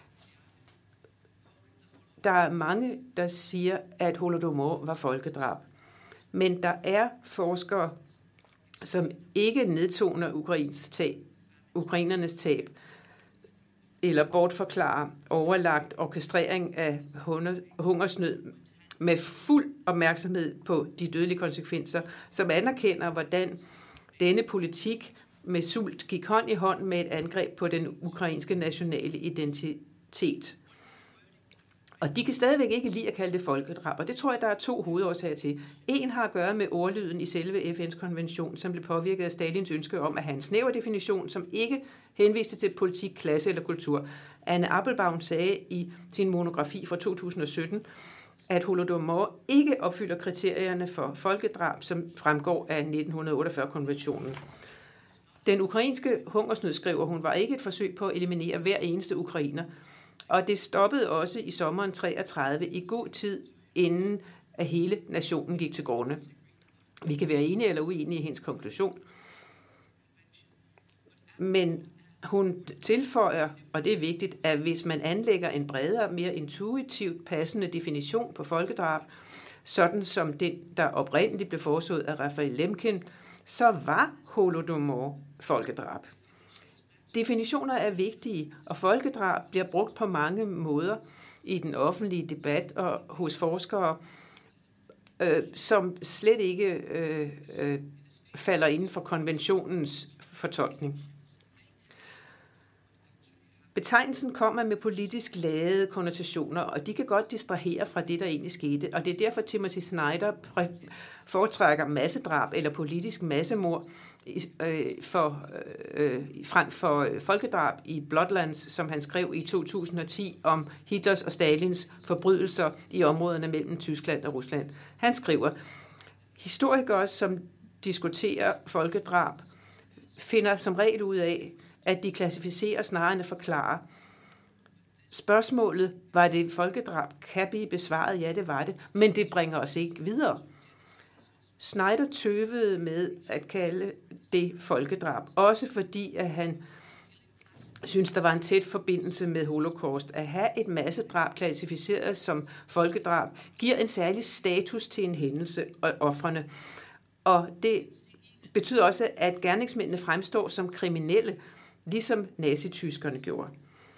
Der er mange, der siger, at Holodomor var folkedrab. Men der er forskere, som ikke nedtoner Ukrains tab, ukrainernes tab, eller bortforklarer overlagt orkestrering af hungersnød med fuld opmærksomhed på de dødelige konsekvenser, som anerkender, hvordan denne politik med sult gik hånd i hånd med et angreb på den ukrainske nationale identitet. Og de kan stadigvæk ikke lide at kalde det folkedrab, og det tror jeg, der er to hovedårsager til. En har at gøre med ordlyden i selve F N's konvention, som blev påvirket af Stalins ønske om at have en snæver definition, som ikke henviste til politik, klasse eller kultur. Anne Applebaum sagde i sin monografi fra to tusind og sytten, at Holodomor ikke opfylder kriterierne for folkedrab, som fremgår af nitten otteogfyrre-konventionen. Den ukrainske hungersnød, skriver hun, var ikke et forsøg på at eliminere hver eneste ukrainer, og det stoppede også i sommeren treogtredive i god tid, inden at hele nationen gik til grunde. Vi kan være enige eller uenige i hendes konklusion, men hun tilføjer, og det er vigtigt, at hvis man anlægger en bredere, mere intuitivt passende definition på folkedrab, sådan som den, der oprindeligt blev foreslået af Raphael Lemkin, så var Holodomor folkedrab. Definitioner er vigtige, og folkedrab bliver brugt på mange måder i den offentlige debat og hos forskere, øh, som slet ikke øh, øh, falder inden for konventionens fortolkning. Betegnelsen kommer med politisk ladede konnotationer, og de kan godt distrahere fra det, der egentlig skete. Og det er derfor, Timothy Snyder foretrækker massedrab eller politisk massemord for, øh, frem for folkedrab i Bloodlands, som han skrev i to tusind og ti om Hitlers og Stalins forbrydelser i områderne mellem Tyskland og Rusland. Han skriver, historikere, som diskuterer folkedrab, finder som regel ud af, at de klassificerer snarere end at forklare. Spørgsmålet, var det folkedrab, kan blive besvaret, ja det var det, men det bringer os ikke videre. Schneider tøvede med at kalde det folkedrab, også fordi at han synes, der var en tæt forbindelse med holocaust. At have et massedrab klassificeret som folkedrab giver en særlig status til en hændelse og ofrene. Og det betyder også, at gerningsmændene fremstår som kriminelle, ligesom nazityskerne gjorde.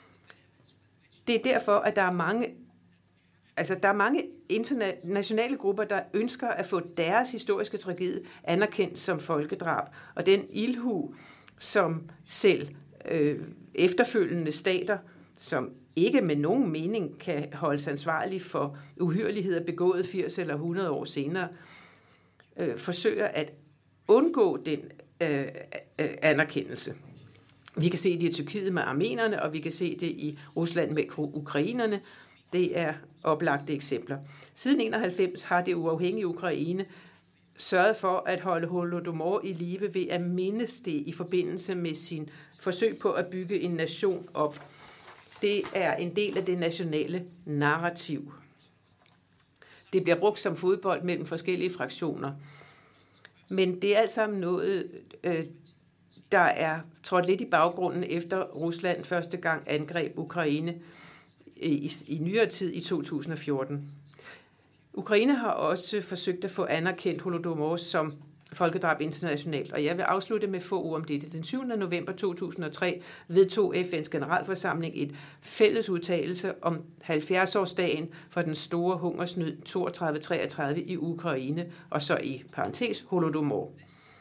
Det er derfor, at der er mange, altså der er mange internationale grupper, der ønsker at få deres historiske tragedie anerkendt som folkedrab. Og den ildhu, som selv øh, efterfølgende stater, som ikke med nogen mening kan holdes ansvarlige for uhyrligheder begået firs eller hundrede år senere, øh, forsøger at undgå den øh, øh, anerkendelse. Vi kan se det i Tyrkiet med armenerne, og vi kan se det i Rusland med ukrainerne. Det er oplagte eksempler. Siden enoghalvfems har det uafhængige Ukraine sørget for at holde Holodomor i live ved at mindes det i forbindelse med sin forsøg på at bygge en nation op. Det er en del af det nationale narrativ. Det bliver brugt som fodbold mellem forskellige fraktioner. Men det er alt sammen noget, øh, der er trådt lidt i baggrunden efter Rusland første gang angreb Ukraine i, i nyere tid i to tusind og fjorten. Ukraine har også forsøgt at få anerkendt Holodomor som folkedrab internationalt, og jeg vil afslutte med få ord om det. Den syvende november to tusind og tre vedtog F N's generalforsamling et fælles udtalelse om halvfjerds-årsdagen for den store hungersnød toogtredive treogtredive i Ukraine, og så i parentes Holodomor.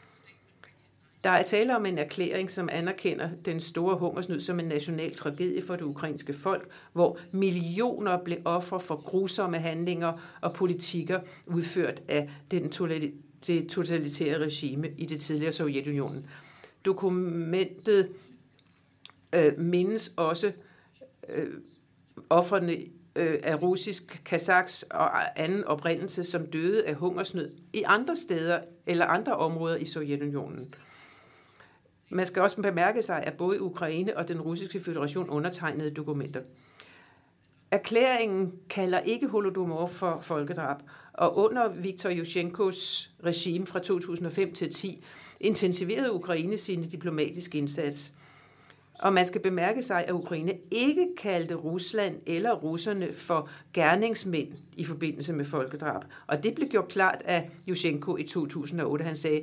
Der er tale om en erklæring, som anerkender den store hungersnød som en national tragedie for det ukrainske folk, hvor millioner blev ofre for grusomme handlinger og politikker udført af den det totalitære regime i det tidligere Sovjetunionen. Dokumentet øh, mindes også øh, ofrene øh, af russisk, kazaks og anden oprindelse, som døde af hungersnød i andre steder eller andre områder i Sovjetunionen. Man skal også bemærke sig, at både Ukraine og den russiske føderation undertegnede dokumenter. Erklæringen kalder ikke Holodomor for folkedrab, og under Viktor Yushchenkos regime fra to tusind og fem til ti intensiverede Ukraine sine diplomatiske indsats. Og man skal bemærke sig, at Ukraine ikke kaldte Rusland eller russerne for gerningsmænd i forbindelse med folkedrab. Og det blev gjort klart af Yushchenko i to tusind og otte. Han sagde,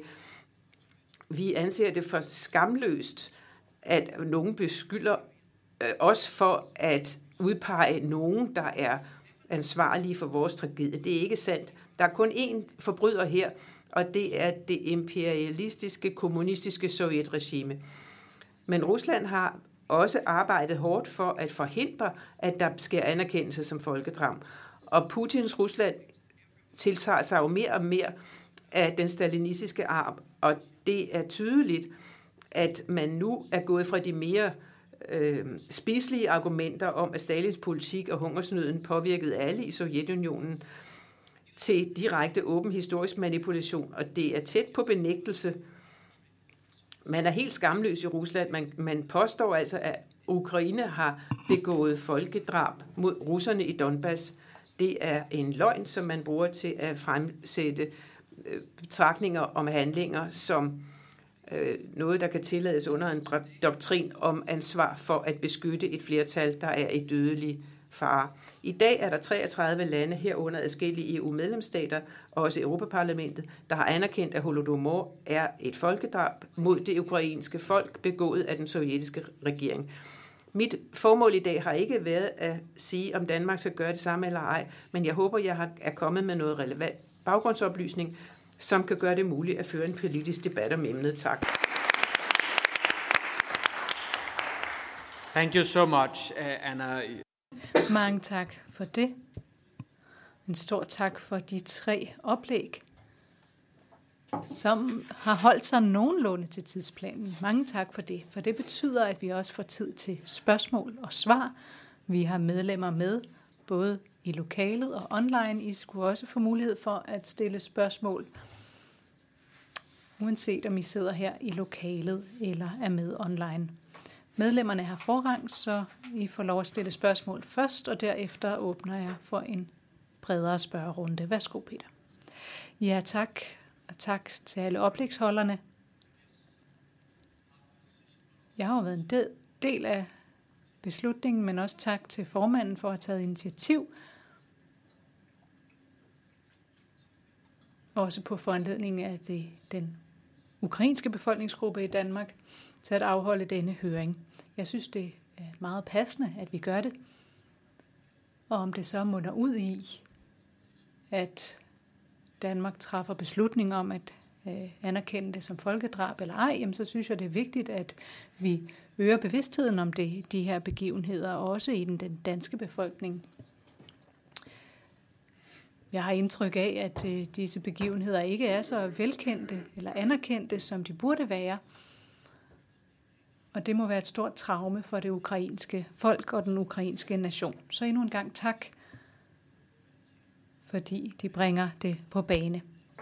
vi anser det for skamløst, at nogen beskylder øh, os for at udpege nogen, der er ansvarlige for vores tragedie. Det er ikke sandt. Der er kun én forbryder her, og det er det imperialistiske, kommunistiske sovjetregime. Men Rusland har også arbejdet hårdt for at forhindre, at der sker anerkendelse som folkedrab. Og Putins Rusland tiltager sig jo mere og mere af den stalinistiske arv, og det er tydeligt, at man nu er gået fra de mere øh, spiselige argumenter om, at Stalins politik og hungersnøden påvirkede alle i Sovjetunionen, til direkte åben historisk manipulation, og det er tæt på benægtelse. Man er helt skamløs i Rusland. Man, man påstår altså, at Ukraine har begået folkedrab mod russerne i Donbass. Det er en løgn, som man bruger til at fremsætte øh, betragtninger om handlinger som øh, noget, der kan tillades under en doktrin om ansvar for at beskytte et flertal, der er i dødelig fare. I dag er der treogtredive lande herunder adskillige E U-medlemsstater og også Europaparlamentet, der har anerkendt, at Holodomor er et folkedrab mod det ukrainske folk begået af den sovjetiske regering. Mit formål i dag har ikke været at sige, om Danmark skal gøre det samme eller ej, men jeg håber, jeg er kommet med noget relevant baggrundsoplysning, som kan gøre det muligt at føre en politisk debat om emnet. Tak. Thank you so much, uh, Anna. Mange tak for det. En stor tak for de tre oplæg, som har holdt sig nogenlunde til tidsplanen. Mange tak for det, for det betyder, at vi også får tid til spørgsmål og svar. Vi har medlemmer med, både i lokalet og online. I skulle også få mulighed for at stille spørgsmål. uanset om I sidder her i lokalet eller er med online. Medlemmerne har forrang, så I får lov at stille spørgsmål først, og derefter åbner jeg for en bredere spørgerunde. Værsgo, Peter. Ja, tak. Og tak til alle oplægsholderne. Jeg har jo været en del af beslutningen, men også tak til formanden for at have taget initiativ. Også på foranledning af det, den ukrainske befolkningsgruppe i Danmark til at afholde denne høring. Jeg synes, det er meget passende, at vi gør det. Og om det så munder ud i, at Danmark træffer beslutning om at øh, anerkende det som folkedrab eller ej, jamen, så synes jeg, det er vigtigt, at vi øger bevidstheden om det, de her begivenheder, også i den, den danske befolkning. Jeg har indtryk af, at øh, disse begivenheder ikke er så velkendte eller anerkendte, som de burde være. Og det må være et stort traume for det ukrainske folk og den ukrainske nation. Så endnu en gang tak, fordi de bringer det på bane.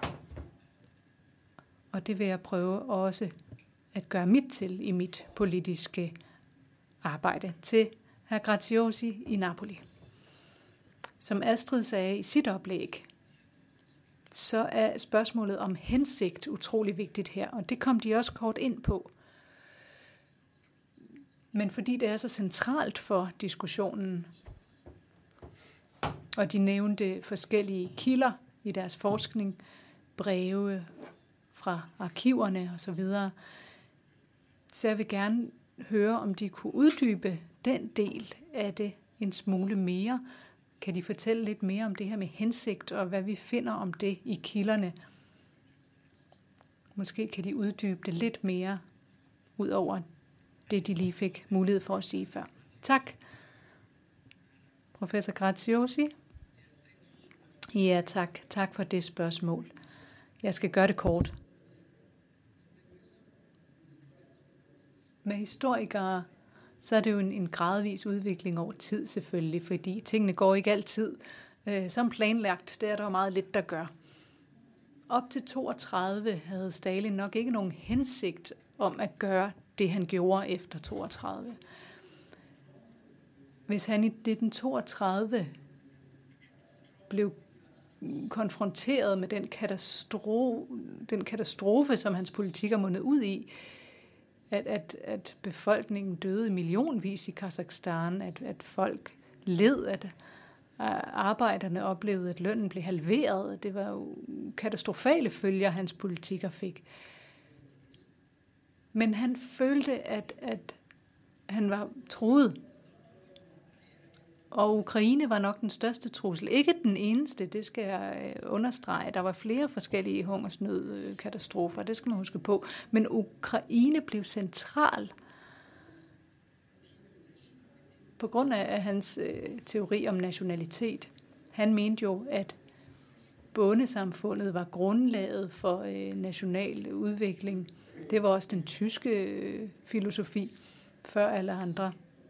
Og det vil jeg prøve også at gøre mit til i mit politiske arbejde til hr. Graziosi i Napoli. Som Astrid sagde i sit oplæg, så er spørgsmålet om hensigt utrolig vigtigt her, og det kom de også kort ind på. Men fordi det er så centralt for diskussionen, og de nævnte forskellige kilder i deres forskning, breve fra arkiverne osv., så jeg vil gerne høre, om de kunne uddybe den del af det en smule mere. Kan de fortælle lidt mere om det her med hensigt, og hvad vi finder om det i kilderne? Måske kan de uddybe det lidt mere, ud over det, de lige fik mulighed for at sige før. Tak. Professor Graziosi. Ja, tak. Tak for det spørgsmål. Jeg skal gøre det kort. Med historikere, så er det jo en, en gradvis udvikling over tid selvfølgelig, fordi tingene går ikke altid øh, som planlagt. Det er der meget lidt, der gør. Op til toogtredive havde Stalin nok ikke nogen hensigt om at gøre det, han gjorde efter toogtredive. Hvis han i nitten toogtredive blev konfronteret med den katastrofe, den katastrofe, som hans politikker mundede ud i, at, at, at befolkningen døde millionvis i Kazakhstan, at, at folk led, at arbejderne oplevede, at lønnen blev halveret. Det var jo katastrofale følger, hans politikker fik. Men han følte, at, at han var truet. Og Ukraine var nok den største trussel. Ikke den eneste, det skal jeg understrege. Der var flere forskellige hungersnødkatastrofer, det skal man huske på. Men Ukraine blev central på grund af hans øh, teori om nationalitet. Han mente jo, at bondesamfundet var grundlaget for øh, national udvikling. Det var også den tyske øh, filosofi før alle andre.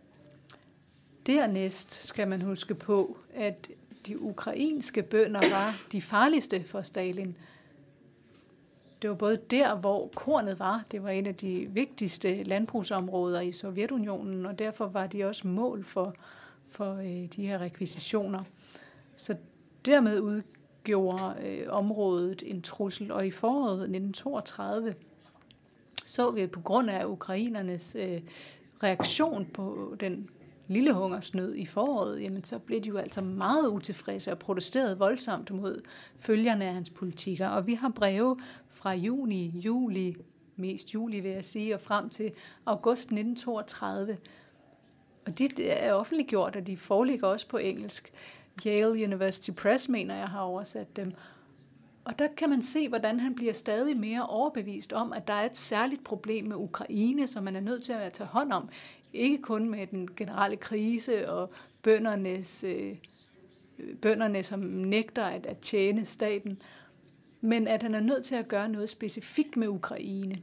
Dernæst skal man huske på, at de ukrainske bønder var de farligste for Stalin. Det var både der, hvor kornet var. Det var et af de vigtigste landbrugsområder i Sovjetunionen, og derfor var de også mål for, for øh, de her rekvisitioner. Så dermed udgjorde øh, området en trussel, og i foråret nitten toogtredive så vi på grund af ukrainernes øh, reaktion på den lille hungersnød i foråret, jamen så blev de jo altså meget utilfredse og protesterede voldsomt mod følgerne af hans politikker. Og vi har breve fra juni, juli, mest juli vil jeg sige, og frem til august nitten toogtredive. Og de er offentliggjort, og de foreligger også på engelsk. Yale University Press, mener jeg, har oversat dem. Og der kan man se, hvordan han bliver stadig mere overbevist om, at der er et særligt problem med Ukraine, som man er nødt til at tage hånd om. Ikke kun med den generelle krise og bøndernes, øh, bønderne, som nægter at, at tjene staten, men at han er nødt til at gøre noget specifikt med Ukraine.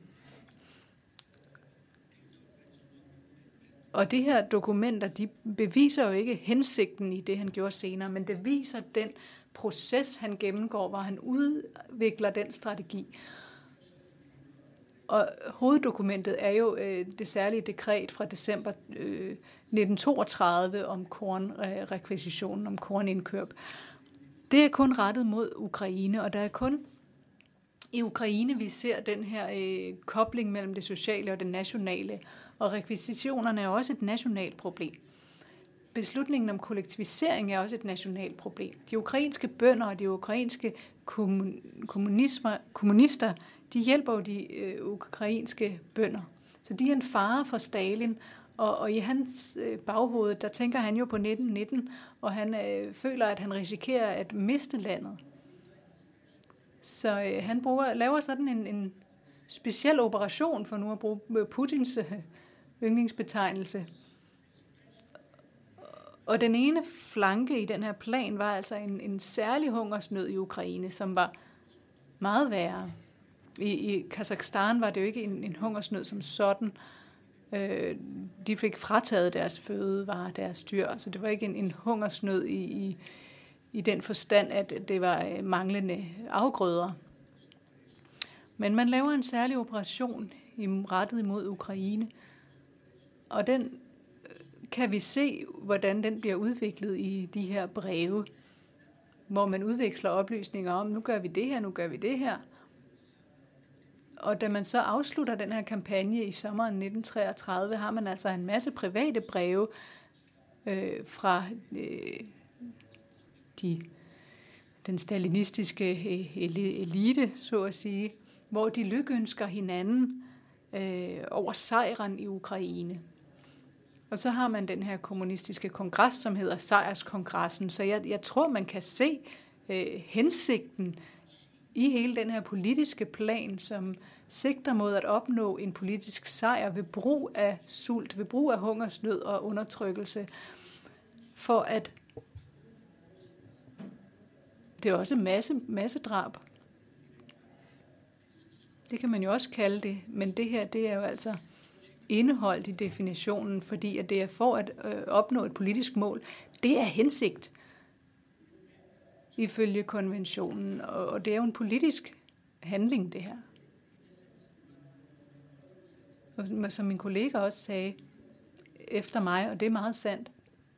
Og de her dokumenter, de beviser jo ikke hensigten i det, han gjorde senere, men det viser den proces, han gennemgår, hvor han udvikler den strategi. Og hoveddokumentet er jo øh, det særlige dekret fra december øh, nitten toogtredive om kornrekvisitionen, om kornindkøb. Det er kun rettet mod Ukraine, og der er kun i Ukraine, vi ser den her øh, kobling mellem det sociale og det nationale, og rekvisitionerne er også et nationalt problem. Beslutningen om kollektivisering er også et nationalt problem. De ukrainske bønder og de ukrainske kommunister, de hjælper jo de øh, ukrainske bønder. Så de er en fare for Stalin, og, og i hans øh, baghoved, der tænker han jo på nitten nitten, og han øh, føler, at han risikerer at miste landet. Så øh, han bruger, laver sådan en, en speciel operation, for nu at bruge Putins øh, yndlingsbetegnelse. Og den ene flanke i den her plan var altså en, en særlig hungersnød i Ukraine, som var meget værre. I, i Kazakhstan var det jo ikke en, en hungersnød som sådan. Øh, de fik frataget deres fødevarer, deres dyr, så det var ikke en, en hungersnød i, i, i den forstand, at det var manglende afgrøder. Men man laver en særlig operation rettet imod Ukraine, og den kan vi se, hvordan den bliver udviklet i de her breve, hvor man udveksler oplysninger om, nu gør vi det her, nu gør vi det her. Og da man så afslutter den her kampagne i sommeren nitten treogtredive, har man altså en masse private breve øh, fra øh, de, den stalinistiske elite, så at sige, hvor de lykønsker hinanden øh, over sejren i Ukraine. Og så har man den her kommunistiske kongres, som hedder Sejrskongressen. Så jeg, jeg tror, man kan se øh, hensigten i hele den her politiske plan, som sigter mod at opnå en politisk sejr ved brug af sult, ved brug af hungersnød og undertrykkelse, for at det er også masse, massedrab. Det kan man jo også kalde det, men det her, det er jo altså indeholdt i definitionen, fordi at det er for at øh, opnå et politisk mål. Det er hensigt ifølge konventionen, og, og det er jo en politisk handling, det her. Og som min kollega også sagde efter mig, og det er meget sandt,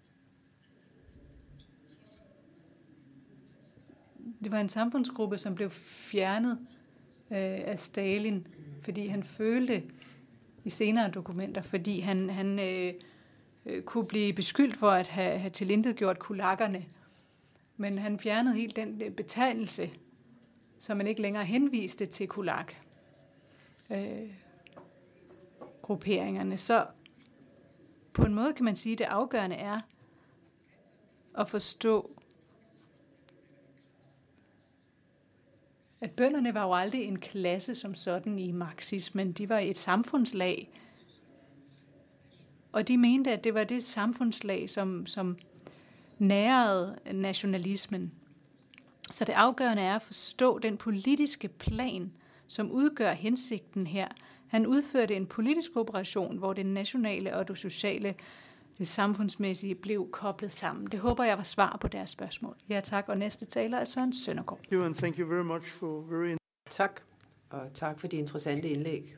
det var en samfundsgruppe, som blev fjernet øh, af Stalin, fordi han følte i senere dokumenter, fordi han, han øh, øh, kunne blive beskyldt for at have, have tilintetgjort kulakkerne. Men han fjernede helt den betegnelse, så man ikke længere henviste til kulak. Øh, grupperingerne. Så på en måde kan man sige, at det afgørende er at forstå, at bønderne var jo aldrig en klasse som sådan i marxismen. De var et samfundslag. Og de mente, at det var det samfundslag, som, som nærede nationalismen. Så det afgørende er at forstå den politiske plan, som udgør hensigten her. Han udførte en politisk operation, hvor det nationale og det sociale, det samfundsmæssige blev koblet sammen. Det håber jeg var svar på deres spørgsmål. Ja, tak. Og næste taler er Søren Søndergaard. Thank you very much for very... Tak, og tak for de interessante indlæg.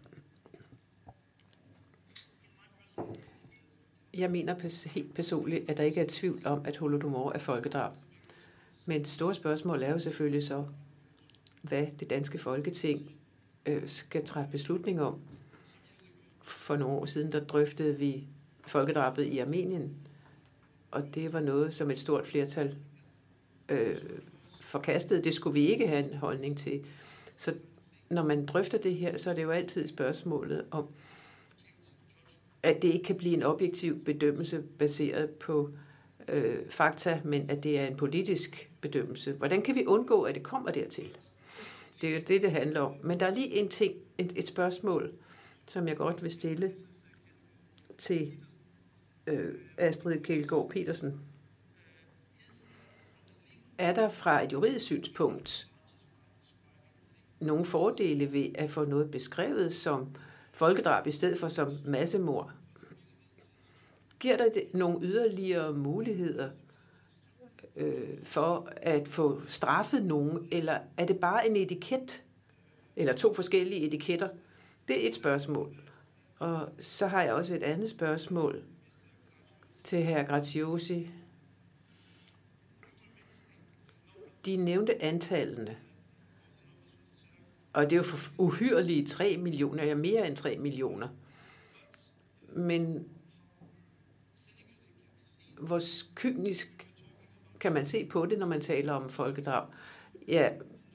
Jeg mener helt personligt, at der ikke er tvivl om, at holodomor er folkedrab. Men det store spørgsmål er jo selvfølgelig så, hvad det danske Folketing øh, skal træffe beslutning om. For nogle år siden, der drøftede vi folkedrabet i Armenien, og det var noget, som et stort flertal øh, forkastede. Det skulle vi ikke have en holdning til. Så når man drøfter det her, så er det jo altid spørgsmålet om, at det ikke kan blive en objektiv bedømmelse baseret på øh, fakta, men at det er en politisk bedømmelse. Hvordan kan vi undgå, at det kommer dertil? Det er jo det, det handler om. Men der er lige en ting, et, et spørgsmål, som jeg godt vil stille til øh, Astrid Kjelgaard Petersen. Er der fra et juridisk synspunkt nogle fordele ved at få noget beskrevet som folkedrab i stedet for som massemord? Giver der det nogle yderligere muligheder øh, for at få straffet nogen, eller er det bare en etiket, eller to forskellige etiketter, Det er et spørgsmål. Og så har jeg også et andet spørgsmål til hr. Graziosi. De nævnte antallene, og det er jo for uhyrlige tre millioner, ja mere end tre millioner. Men hvor kynisk kan man se på det, når man taler om folkedrab? Ja,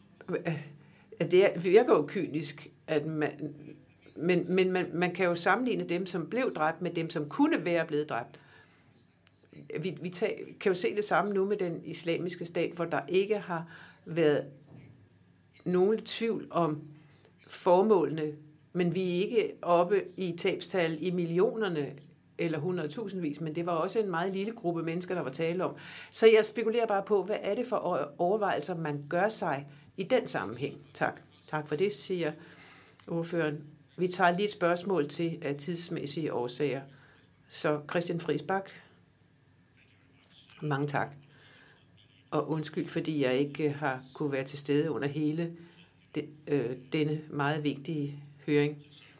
det virker jo kynisk, at man, men, men man, man kan jo sammenligne dem, som blev dræbt, med dem, som kunne være blevet dræbt. Vi, vi tager, kan jo se det samme nu med den islamiske stat, hvor der ikke har været nogen tvivl om formålene, men vi er ikke oppe i tabstal i millionerne eller hundredtusindvis, men det var også en meget lille gruppe mennesker, der var tale om. Så jeg spekulerer bare på, hvad er det for overvejelser, man gør sig i den sammenhæng? Tak. Tak for det, siger ordføreren. Vi tager lige et spørgsmål til af tidsmæssige årsager. Så Christian Friis Bach. Mange tak. Og undskyld, fordi jeg ikke har kunne være til stede under hele det, øh, denne meget vigtige høring.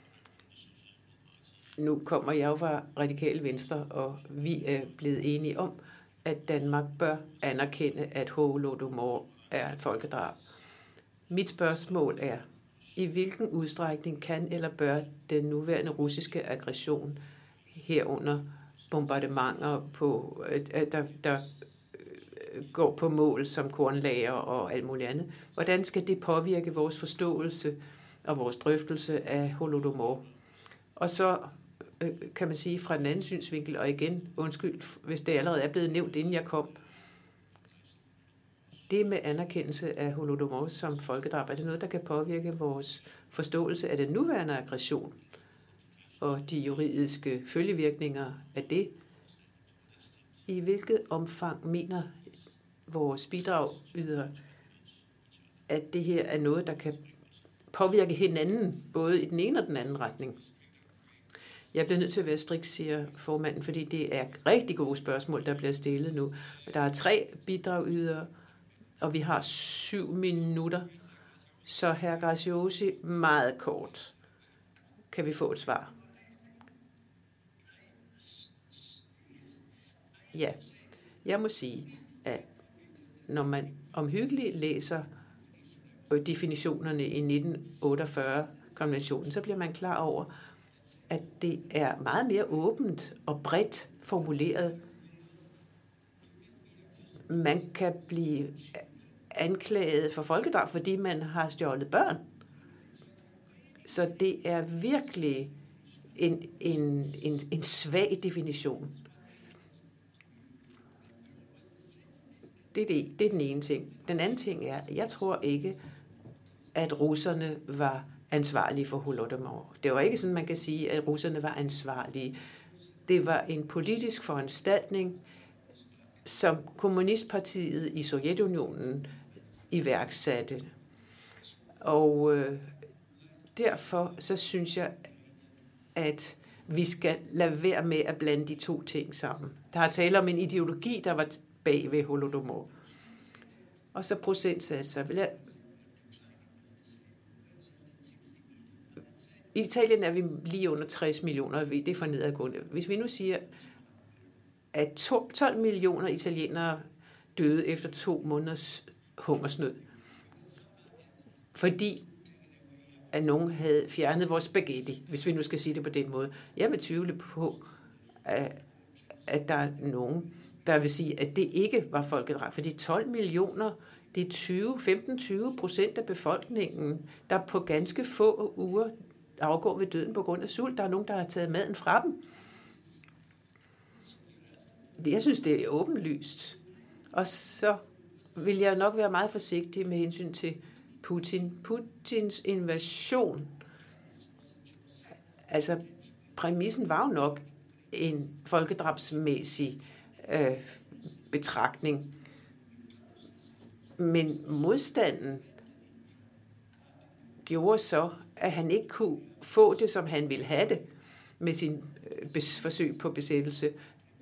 Nu kommer jeg jo fra Radikale Venstre, og vi er blevet enige om, at Danmark bør anerkende, at Holodomor er et folkedrab. Mit spørgsmål er, i hvilken udstrækning kan eller bør den nuværende russiske aggression herunder bombardementer på, der, der går på mål som kornlager og alt muligt andet. Hvordan skal det påvirke vores forståelse og vores drøftelse af Holodomor? Og så kan man sige fra den anden synsvinkel, og igen, undskyld, hvis det allerede er blevet nævnt, inden jeg kom, det med anerkendelse af Holodomor som folkedrab, er det noget, der kan påvirke vores forståelse af den nuværende aggression og de juridiske følgevirkninger af det? I hvilket omfang mener vores bidragydere, at det her er noget, der kan påvirke hinanden, både i den ene og den anden retning? Jeg bliver nødt til at være strikt, siger formanden, fordi det er rigtig gode spørgsmål, der bliver stillet nu. Der er tre bidragydere, og vi har syv minutter. Så hr. Graziosi, meget kort. Kan vi få et svar? Ja, jeg må sige, at når man omhyggeligt læser definitionerne i nitten otteogfyrre-konventionen, så bliver man klar over, at det er meget mere åbent og bredt formuleret. Man kan blive anklaget for folkedrab, fordi man har stjålet børn. Så det er virkelig en, en, en, en svag definition. Det er, det, det er den ene ting. Den anden ting er, at jeg tror ikke, at russerne var ansvarlige for Holodomor. Det var ikke sådan, man kan sige, at russerne var ansvarlige. Det var en politisk foranstaltning, som kommunistpartiet i Sovjetunionen iværksatte. Og øh, derfor så synes jeg, at vi skal lade være med at blande de to ting sammen. Der er tale om en ideologi, der var bag ved Holodomor. Og så procentsatser. Vil jeg I Italien er vi lige under tres millioner, det er for nedadgående. Hvis vi nu siger, at tolv millioner italienere døde efter to måneders hungersnød, fordi at nogen havde fjernet vores spaghetti, hvis vi nu skal sige det på den måde. Jeg vil tvivle på, at, at der er nogen, der vil sige, at det ikke var folkedrab, fordi tolv millioner, det er tyve, femten til tyve procent af befolkningen, der på ganske få uger afgår ved døden på grund af sult. Der er nogen, der har taget maden fra dem. Jeg synes, det er åbenlyst. Og så vil jeg nok være meget forsigtig med hensyn til Putin. Putins invasion, altså præmissen var jo nok en folkedrabsmæssig øh, betragtning. Men modstanden gjorde så, at han ikke kunne få det, som han ville have det, med sin øh, forsøg på besættelse.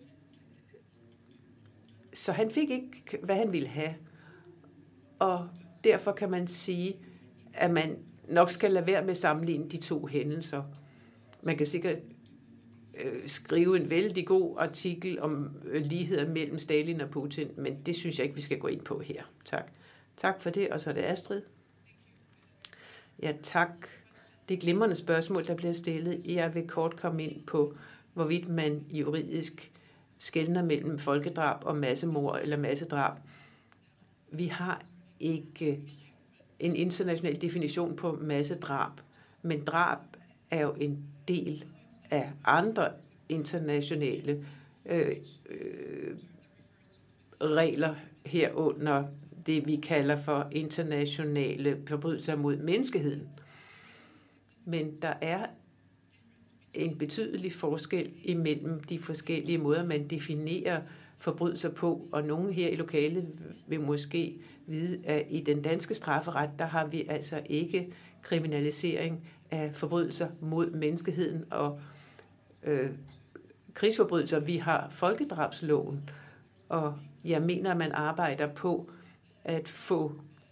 Så han fik ikke, hvad han ville have. Og derfor kan man sige, at man nok skal lade være med at sammenligne de to hændelser. Man kan sikkert øh, skrive en vældig god artikel om øh, ligheder mellem Stalin og Putin, men det synes jeg ikke, vi skal gå ind på her. Tak. Tak for det, og så er det Astrid. Ja, tak. Det er glimrende spørgsmål, der bliver stillet. Jeg vil kort komme ind på, hvorvidt man juridisk skelner mellem folkedrab og massemord eller massedrab. Vi har ikke en international definition på massedrab, men drab er jo en del af andre internationale øh, øh, regler herunder det, vi kalder for internationale forbrydelser mod menneskeheden. Men der er en betydelig forskel imellem de forskellige måder, man definerer forbrydelser på, og nogen her i lokalet vil måske vide, at i den danske strafferet, der har vi altså ikke kriminalisering af forbrydelser mod menneskeheden og øh, krigsforbrydelser. Vi har folkedrabsloven, og jeg mener, at man arbejder på at få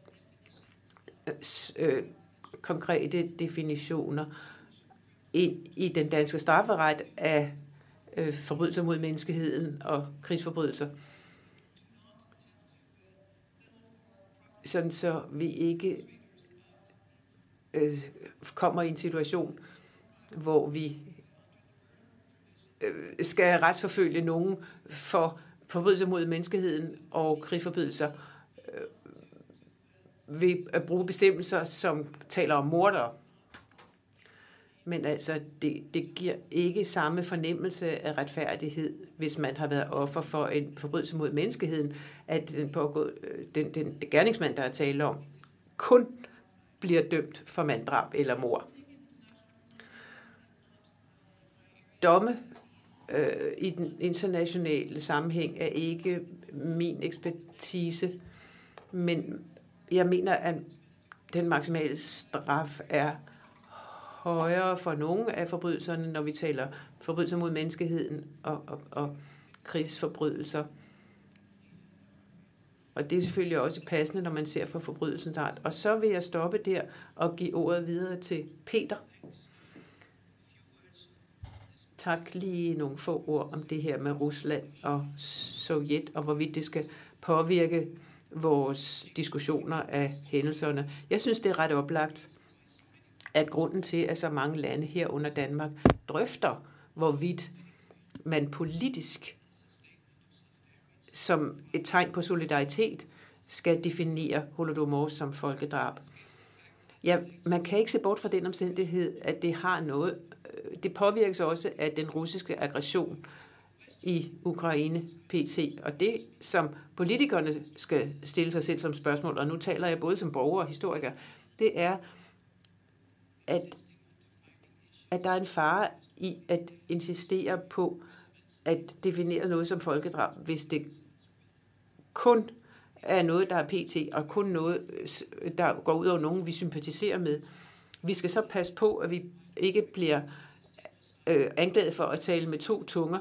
øh, konkrete definitioner ind i den danske strafferet af øh, forbrydelser mod menneskeheden og krigsforbrydelser. Sådan så vi ikke øh, kommer i en situation, hvor vi øh, skal retsforfølge nogen for forbrydelser mod menneskeheden og krigsforbrydelser øh, ved at bruge bestemmelser, som taler om mordere. Men altså, det, det giver ikke samme fornemmelse af retfærdighed, hvis man har været offer for en forbrydelse mod menneskeheden, at den, pågået, den, den, den gerningsmand, der er tale om, kun bliver dømt for manddrab eller mord. Domme øh, i den internationale sammenhæng er ikke min ekspertise, men jeg mener, at den maksimale straf er højere for nogle af forbrydelserne, når vi taler forbrydelser mod menneskeheden og, og, og krigsforbrydelser. Og det er selvfølgelig også passende, når man ser for forbrydelsens art. Og så vil jeg stoppe der og give ordet videre til Peter. Tak, lige nogle få ord om det her med Rusland og Sovjet, og hvorvidt det skal påvirke vores diskussioner af hændelserne. Jeg synes, det er ret oplagt, at grunden til, at så mange lande her under Danmark drøfter, hvorvidt man politisk som et tegn på solidaritet skal definere holodomor som folkedrab. Ja, man kan ikke se bort fra den omstændighed, at det har noget. Det påvirkes også af den russiske aggression i Ukraine pt. Og det, som politikerne skal stille sig selv som spørgsmål, og nu taler jeg både som borger og historiker, det er, at, at der er en fare i at insistere på at definere noget som folkedrab, hvis det kun er noget, der er pt., og kun noget, der går ud over nogen, vi sympatiserer med. Vi skal så passe på, at vi ikke bliver øh, anklaget for at tale med to tunger,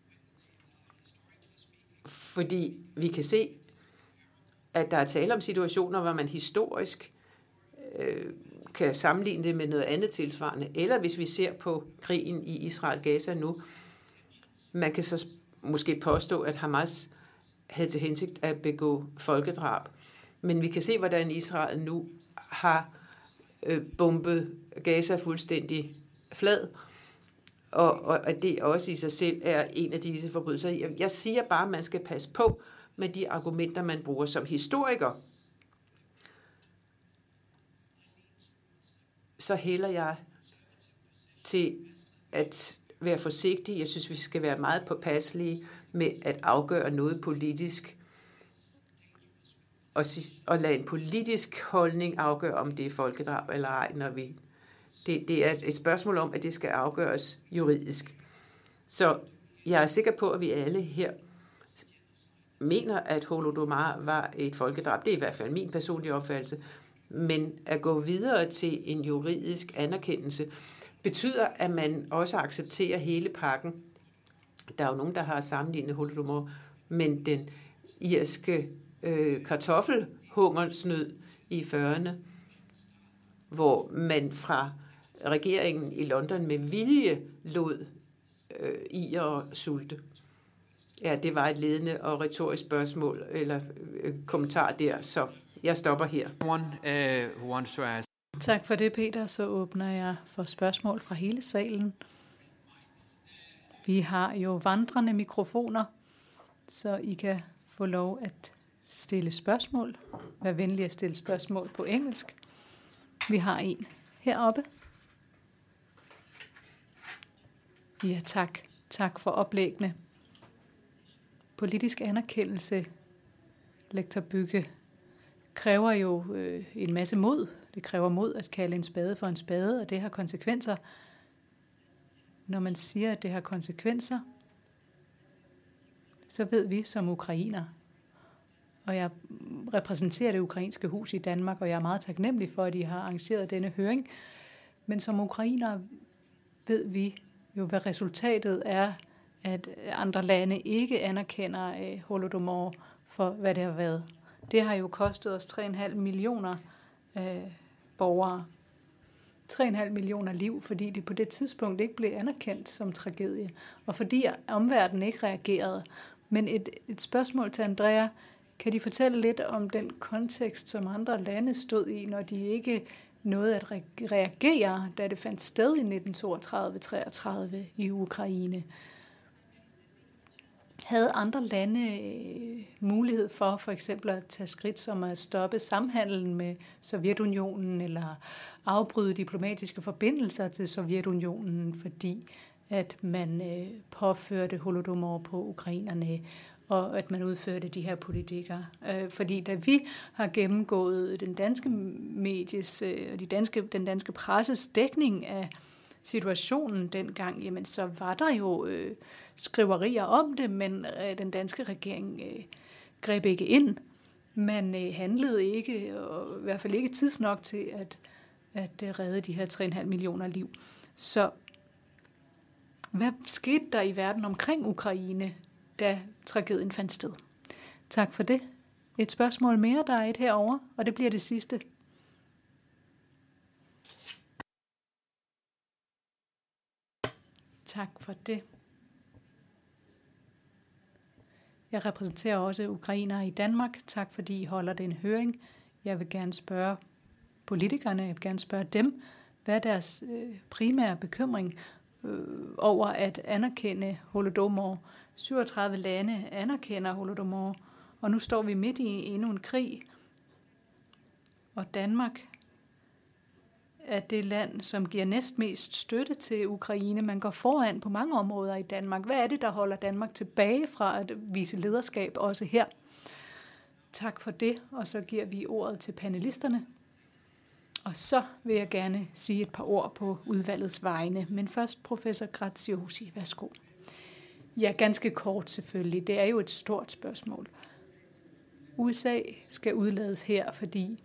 fordi vi kan se, at der er tale om situationer, hvor man historisk øh, kan sammenligne det med noget andet tilsvarende. Eller hvis vi ser på krigen i Israel-Gaza nu, man kan så måske påstå, at Hamas havde til hensigt at begå folkedrab. Men vi kan se, hvordan Israel nu har øh, bombet Gaza fuldstændig flad, og, og at det også i sig selv er en af disse forbrydelser. Jeg, jeg siger bare, at man skal passe på med de argumenter, man bruger som historiker. Så hælder jeg til at være forsigtig. Jeg synes, vi skal være meget påpasselige med at afgøre noget politisk, og, og lade en politisk holdning afgøre, om det er folkedrab eller ej, når vi... Det, det er et spørgsmål om, at det skal afgøres juridisk. Så jeg er sikker på, at vi alle her mener, at Holodomor var et folkedrab. Det er i hvert fald min personlige opfattelse. Men at gå videre til en juridisk anerkendelse betyder, at man også accepterer hele pakken. Der er jo nogen, der har sammenlignet Holodomor, men den irske øh, kartoffelhungersnød i fyrrerne hvor man fra regeringen i London med vilje lod øh, i at sulte. Ja, det var et ledende og retorisk spørgsmål eller øh, kommentar der, så jeg stopper her. One uh, who wants to ask. Tak for det, Peter. Så åbner jeg for spørgsmål fra hele salen. Vi har jo vandrende mikrofoner, så I kan få lov at stille spørgsmål. Vær venlig at stille spørgsmål på engelsk. Vi har en heroppe. Ja, tak. Tak for oplæggene. Politisk anerkendelse, lektor Bygge, kræver jo øh, en masse mod. Det kræver mod at kalde en spade for en spade, og det har konsekvenser. Når man siger, at det har konsekvenser, så ved vi som ukrainer, og jeg repræsenterer det ukrainske hus i Danmark, og jeg er meget taknemmelig for, at de har arrangeret denne høring, men som ukrainer ved vi jo, hvad resultatet er, at andre lande ikke anerkender øh, Holodomor for, hvad det har været. Det har jo kostet os tre komma fem millioner øh, borgere. tre komma fem millioner liv, fordi det på det tidspunkt ikke blev anerkendt som tragedie, og fordi omverdenen ikke reagerede. Men et, et spørgsmål til Andrea, kan de fortælle lidt om den kontekst, som andre lande stod i, når de ikke nåede at reagere, da det fandt sted i nitten toogtredive til treogtredive i Ukraine? Havde andre lande mulighed for for eksempel at tage skridt som at stoppe samhandlen med Sovjetunionen eller afbryde diplomatiske forbindelser til Sovjetunionen, fordi at man påførte Holodomor på ukrainerne, og at man udførte de her politikker. Fordi da vi har gennemgået den danske medies og de danske, den danske presses dækning af situationen dengang, jamen så var der jo øh, skriverier om det, men øh, den danske regering øh, greb ikke ind. Man øh, handlede ikke, og i hvert fald ikke tidsnok til at, at øh, redde de her tre komma fem millioner liv. Så hvad skete der i verden omkring Ukraine, da tragedien fandt sted? Tak for det. Et spørgsmål mere, der er et herovre, og det bliver det sidste. Tak for det. Jeg repræsenterer også ukrainere i Danmark. Tak fordi I holder den høring. Jeg vil gerne spørge politikerne, jeg vil gerne spørge dem, hvad er deres primære bekymring over at anerkende Holodomor. syvogtredive lande anerkender Holodomor, og nu står vi midt i endnu en krig, og Danmark er det land, som giver næstmest støtte til Ukraine. Man går foran på mange områder i Danmark. Hvad er det, der holder Danmark tilbage fra at vise lederskab også her? Tak for det, og så giver vi ordet til panelisterne. Og så vil jeg gerne sige et par ord på udvalgets vegne. Men først professor Graziosi, værsgo. Ja, ganske kort selvfølgelig. Det er jo et stort spørgsmål. U S A skal udlades her, fordi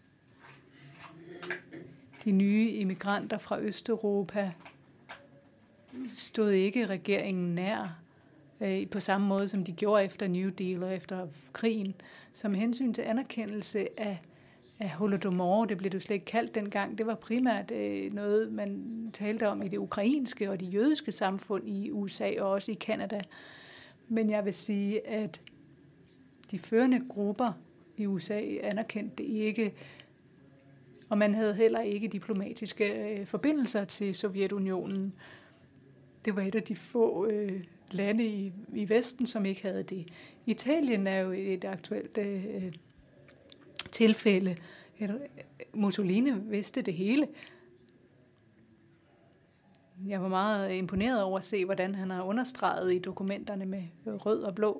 de nye immigranter fra Østeuropa stod ikke regeringen nær øh, på samme måde, som de gjorde efter New Deal og efter krigen. Som hensyn til anerkendelse af, af Holodomor, det blev det jo slet ikke kaldt dengang, det var primært øh, noget, man talte om i det ukrainske og det jødiske samfund i U S A og også i Canada. Men jeg vil sige, at de førende grupper i U S A anerkendte det ikke, og man havde heller ikke diplomatiske øh, forbindelser til Sovjetunionen. Det var et af de få øh, lande i, i Vesten, som ikke havde det. Italien er jo et aktuelt øh, tilfælde. Mussolini vidste det hele. Jeg var meget imponeret over at se, hvordan han har understreget i dokumenterne med rød og blå.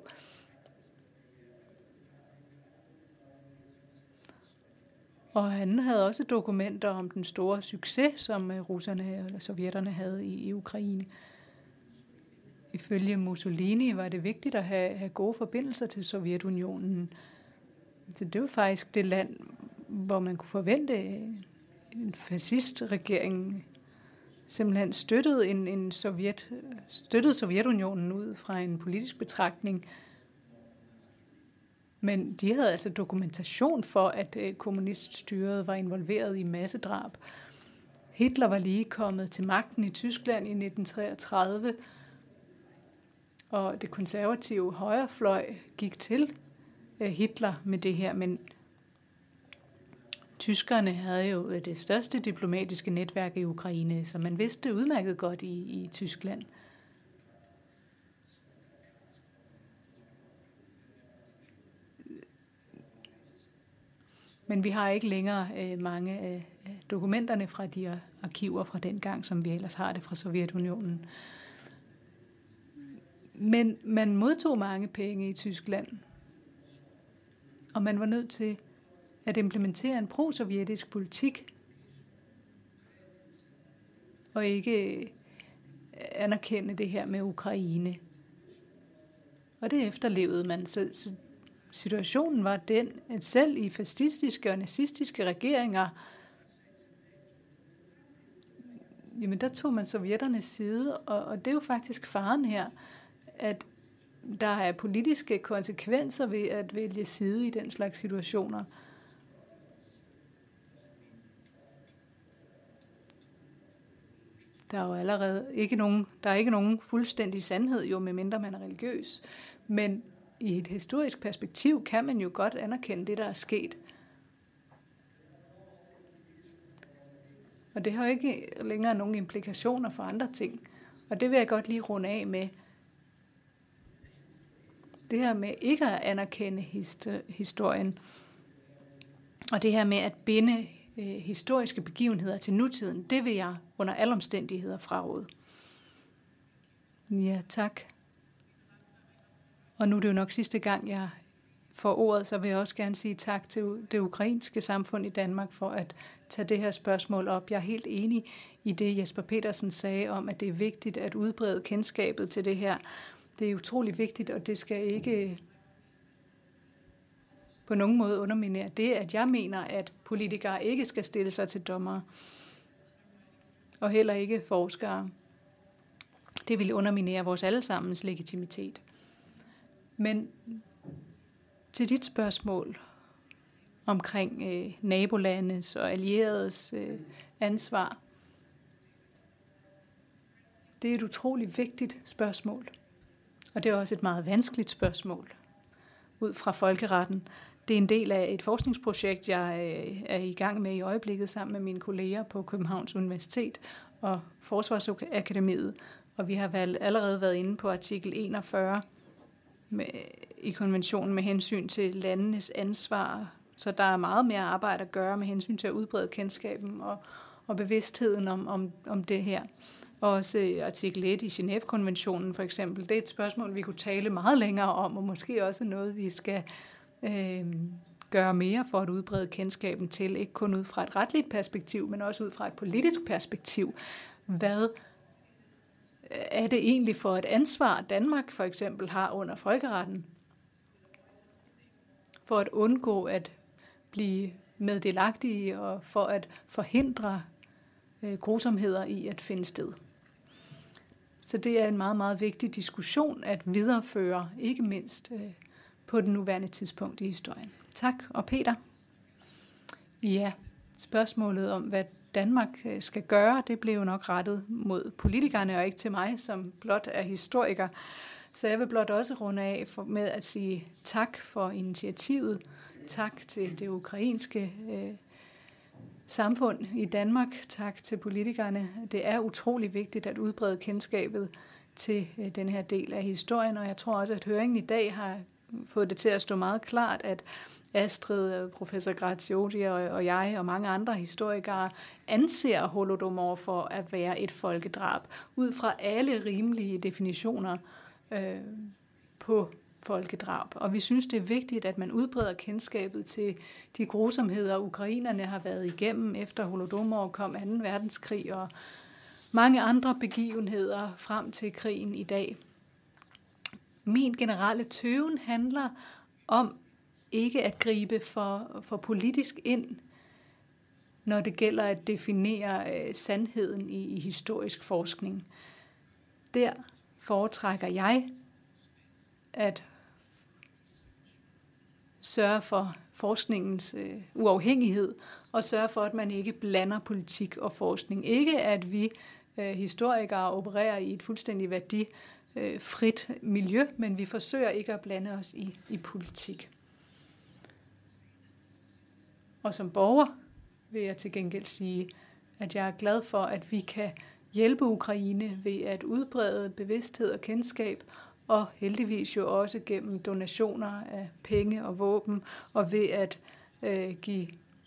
Og han havde også dokumenter om den store succes, som russerne eller sovjetterne havde i, i Ukraine. Ifølge Mussolini var det vigtigt at have, have gode forbindelser til Sovjetunionen. Så det var faktisk det land, hvor man kunne forvente en fascistregering simpelthen støttede, en, en Sovjet, støttede Sovjetunionen ud fra en politisk betragtning. Men de havde altså dokumentation for, at øh, kommuniststyret var involveret i massedrab. Hitler var lige kommet til magten i Tyskland i nitten treogtredive, og det konservative højrefløj gik til øh, Hitler med det her, men tyskerne havde jo det største diplomatiske netværk i Ukraine, så man vidste det udmærket godt i, i Tyskland. Men vi har ikke længere øh, mange af øh, dokumenterne fra de arkiver fra den gang, som vi ellers har det fra Sovjetunionen. Men man modtog mange penge i Tyskland, og man var nødt til at implementere en pro-sovjetisk politik, og ikke anerkende det her med Ukraine. Og det efterlevede man. Så, så situationen var den, at selv i fascistiske og nazistiske regeringer, jamen der tog man sovjetternes side, og, og det er jo faktisk faren her, at der er politiske konsekvenser ved at vælge side i den slags situationer. Der er jo allerede ikke nogen, der er ikke nogen fuldstændig sandhed, jo medmindre man er religiøs. Men i et historisk perspektiv kan man jo godt anerkende det, der er sket. Og det har jo ikke længere nogen implikationer for andre ting. Og det vil jeg godt lige runde af med. Det her med ikke at anerkende historien, og det her med at binde øh, historiske begivenheder til nutiden, det vil jeg under alle omstændigheder fraråde. Ja, tak. Og nu er det jo nok sidste gang, jeg får ordet, så vil jeg også gerne sige tak til det ukrainske samfund i Danmark for at tage det her spørgsmål op. Jeg er helt enig i det, Jesper Petersen sagde om, at det er vigtigt at udbrede kendskabet til det her. Det er utrolig vigtigt, og det skal ikke på nogen måde underminere det, at jeg mener, at politikere ikke skal stille sig til dommere, og heller ikke forskere. Det vil underminere vores allesammens legitimitet. Men til dit spørgsmål omkring øh, nabolandes og allieredes øh, ansvar, det er et utroligt vigtigt spørgsmål. Og det er også et meget vanskeligt spørgsmål ud fra folkeretten. Det er en del af et forskningsprojekt, jeg øh, er i gang med i øjeblikket sammen med mine kolleger på Københavns Universitet og Forsvarsakademiet. Og vi har valgt, allerede været inde på artikel enogfyrre med, i konventionen med hensyn til landenes ansvar. Så der er meget mere arbejde at gøre med hensyn til at udbrede kendskaben og, og bevidstheden om, om, om det her. Også artikel et i Genève-konventionen for eksempel. Det er et spørgsmål, vi kunne tale meget længere om, og måske også noget, vi skal øh, gøre mere for at udbrede kendskaben til. Ikke kun ud fra et retligt perspektiv, men også ud fra et politisk perspektiv. Hvad er det egentlig for et ansvar, Danmark for eksempel har under folkeretten, for at undgå at blive meddelagtige og for at forhindre øh, grusomheder i at finde sted. Så det er en meget, meget vigtig diskussion at videreføre, ikke mindst øh, på den nuværende tidspunkt i historien. Tak, og Peter? Ja, spørgsmålet om, hvad Danmark skal gøre, det blev jo nok rettet mod politikerne og ikke til mig, som blot er historiker. Så jeg vil blot også runde af for, med at sige tak for initiativet. Tak til det ukrainske øh, samfund i Danmark. Tak til politikerne. Det er utrolig vigtigt at udbrede kendskabet til øh, den her del af historien, og jeg tror også, at høringen i dag har fået det til at stå meget klart, at Astrid, professor Grazioti og jeg og mange andre historikere anser holodomor for at være et folkedrab, ud fra alle rimelige definitioner øh, på folkedrab. Og vi synes, det er vigtigt, at man udbreder kendskabet til de grusomheder, ukrainerne har været igennem efter holodomor kom anden verdenskrig og mange andre begivenheder frem til krigen i dag. Min generelle tøven handler om ikke at gribe for, for politisk ind, når det gælder at definere øh, sandheden i, i historisk forskning. Der foretrækker jeg at sørge for forskningens øh, uafhængighed, og sørge for, at man ikke blander politik og forskning. Ikke at vi øh, historikere opererer i et fuldstændig værdifrit miljø, men vi forsøger ikke at blande os i, i politik. Og som borger vil jeg til gengæld sige, at jeg er glad for, at vi kan hjælpe Ukraine ved at udbrede bevidsthed og kendskab, og heldigvis jo også gennem donationer af penge og våben, og ved at øh, give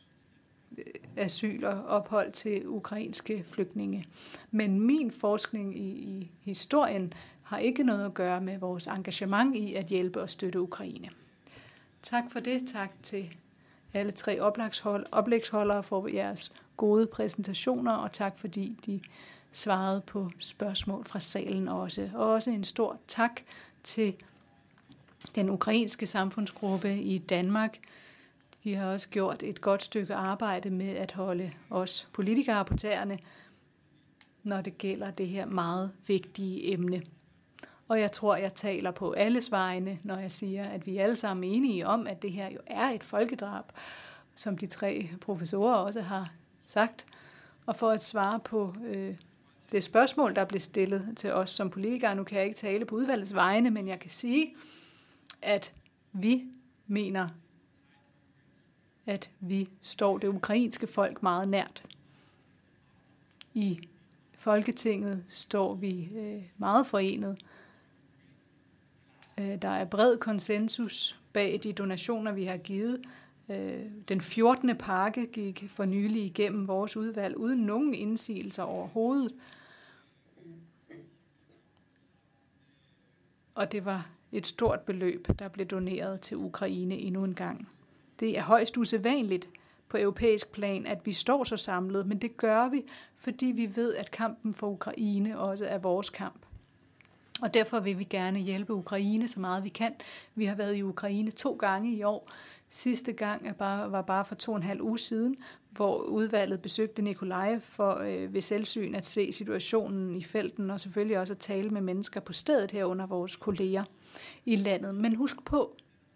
asyl og ophold til ukrainske flygtninge. Men min forskning i, i historien har ikke noget at gøre med vores engagement i at hjælpe og støtte Ukraine. Tak for det. Tak til alle tre oplægshold, oplægsholdere for jeres gode præsentationer, og tak fordi de svarede på spørgsmål fra salen også. Og også en stor tak til den ukrainske samfundsgruppe i Danmark. De har også gjort et godt stykke arbejde med at holde os politikere på tæerne, når det gælder det her meget vigtige emne. Og jeg tror, jeg taler på alles vegne, når jeg siger, at vi alle sammen er enige om, at det her jo er et folkedrab, som de tre professorer også har sagt. Og for at svare på øh, det spørgsmål, der blev stillet til os som politikere, nu kan jeg ikke tale på udvalgets vegne, men jeg kan sige, at vi mener, at vi står det ukrainske folk meget nært. I Folketinget står vi øh, meget forenet. Der er bred konsensus bag de donationer, vi har givet. Den fjortende pakke gik for nylig igennem vores udvalg uden nogen indsigelser overhovedet. Og det var et stort beløb, der blev doneret til Ukraine endnu en gang. Det er højst usædvanligt på europæisk plan, at vi står så samlet, men det gør vi, fordi vi ved, at kampen for Ukraine også er vores kamp. Og derfor vil vi gerne hjælpe Ukraine så meget vi kan. Vi har været i Ukraine to gange i år. Sidste gang var bare for to og en halv uge siden, hvor udvalget besøgte Nikolajev for øh, ved selvsyn at se situationen i felten, og selvfølgelig også at tale med mennesker på stedet herunder vores kolleger i landet. Men husk på,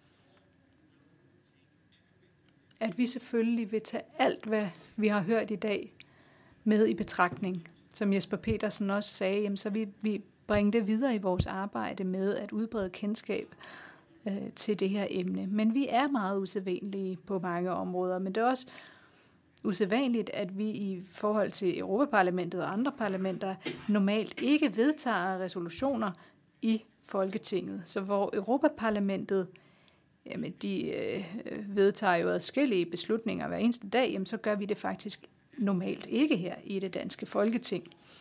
at vi selvfølgelig vil tage alt, hvad vi har hørt i dag, med i betragtning. Som Jesper Petersen også sagde, jamen, så vil vi bringe det videre i vores arbejde med at udbrede kendskab øh, til det her emne. Men vi er meget usædvanlige på mange områder, men det er også usædvanligt, at vi i forhold til Europaparlamentet og andre parlamenter normalt ikke vedtager resolutioner i Folketinget. Så hvor Europaparlamentet jamen, de øh, vedtager jo adskillige beslutninger hver eneste dag, jamen, så gør vi det faktisk normalt ikke her i det danske Folketing.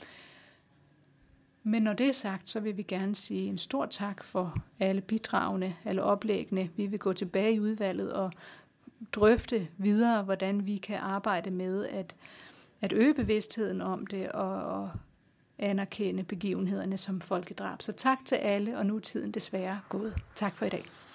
Men når det er sagt, så vil vi gerne sige en stor tak for alle bidragene, alle oplæggene. Vi vil gå tilbage i udvalget og drøfte videre, hvordan vi kan arbejde med at, at øge bevidstheden om det og, og anerkende begivenhederne som folkedrab. Så tak til alle, og nu er tiden desværre gået. Tak for i dag.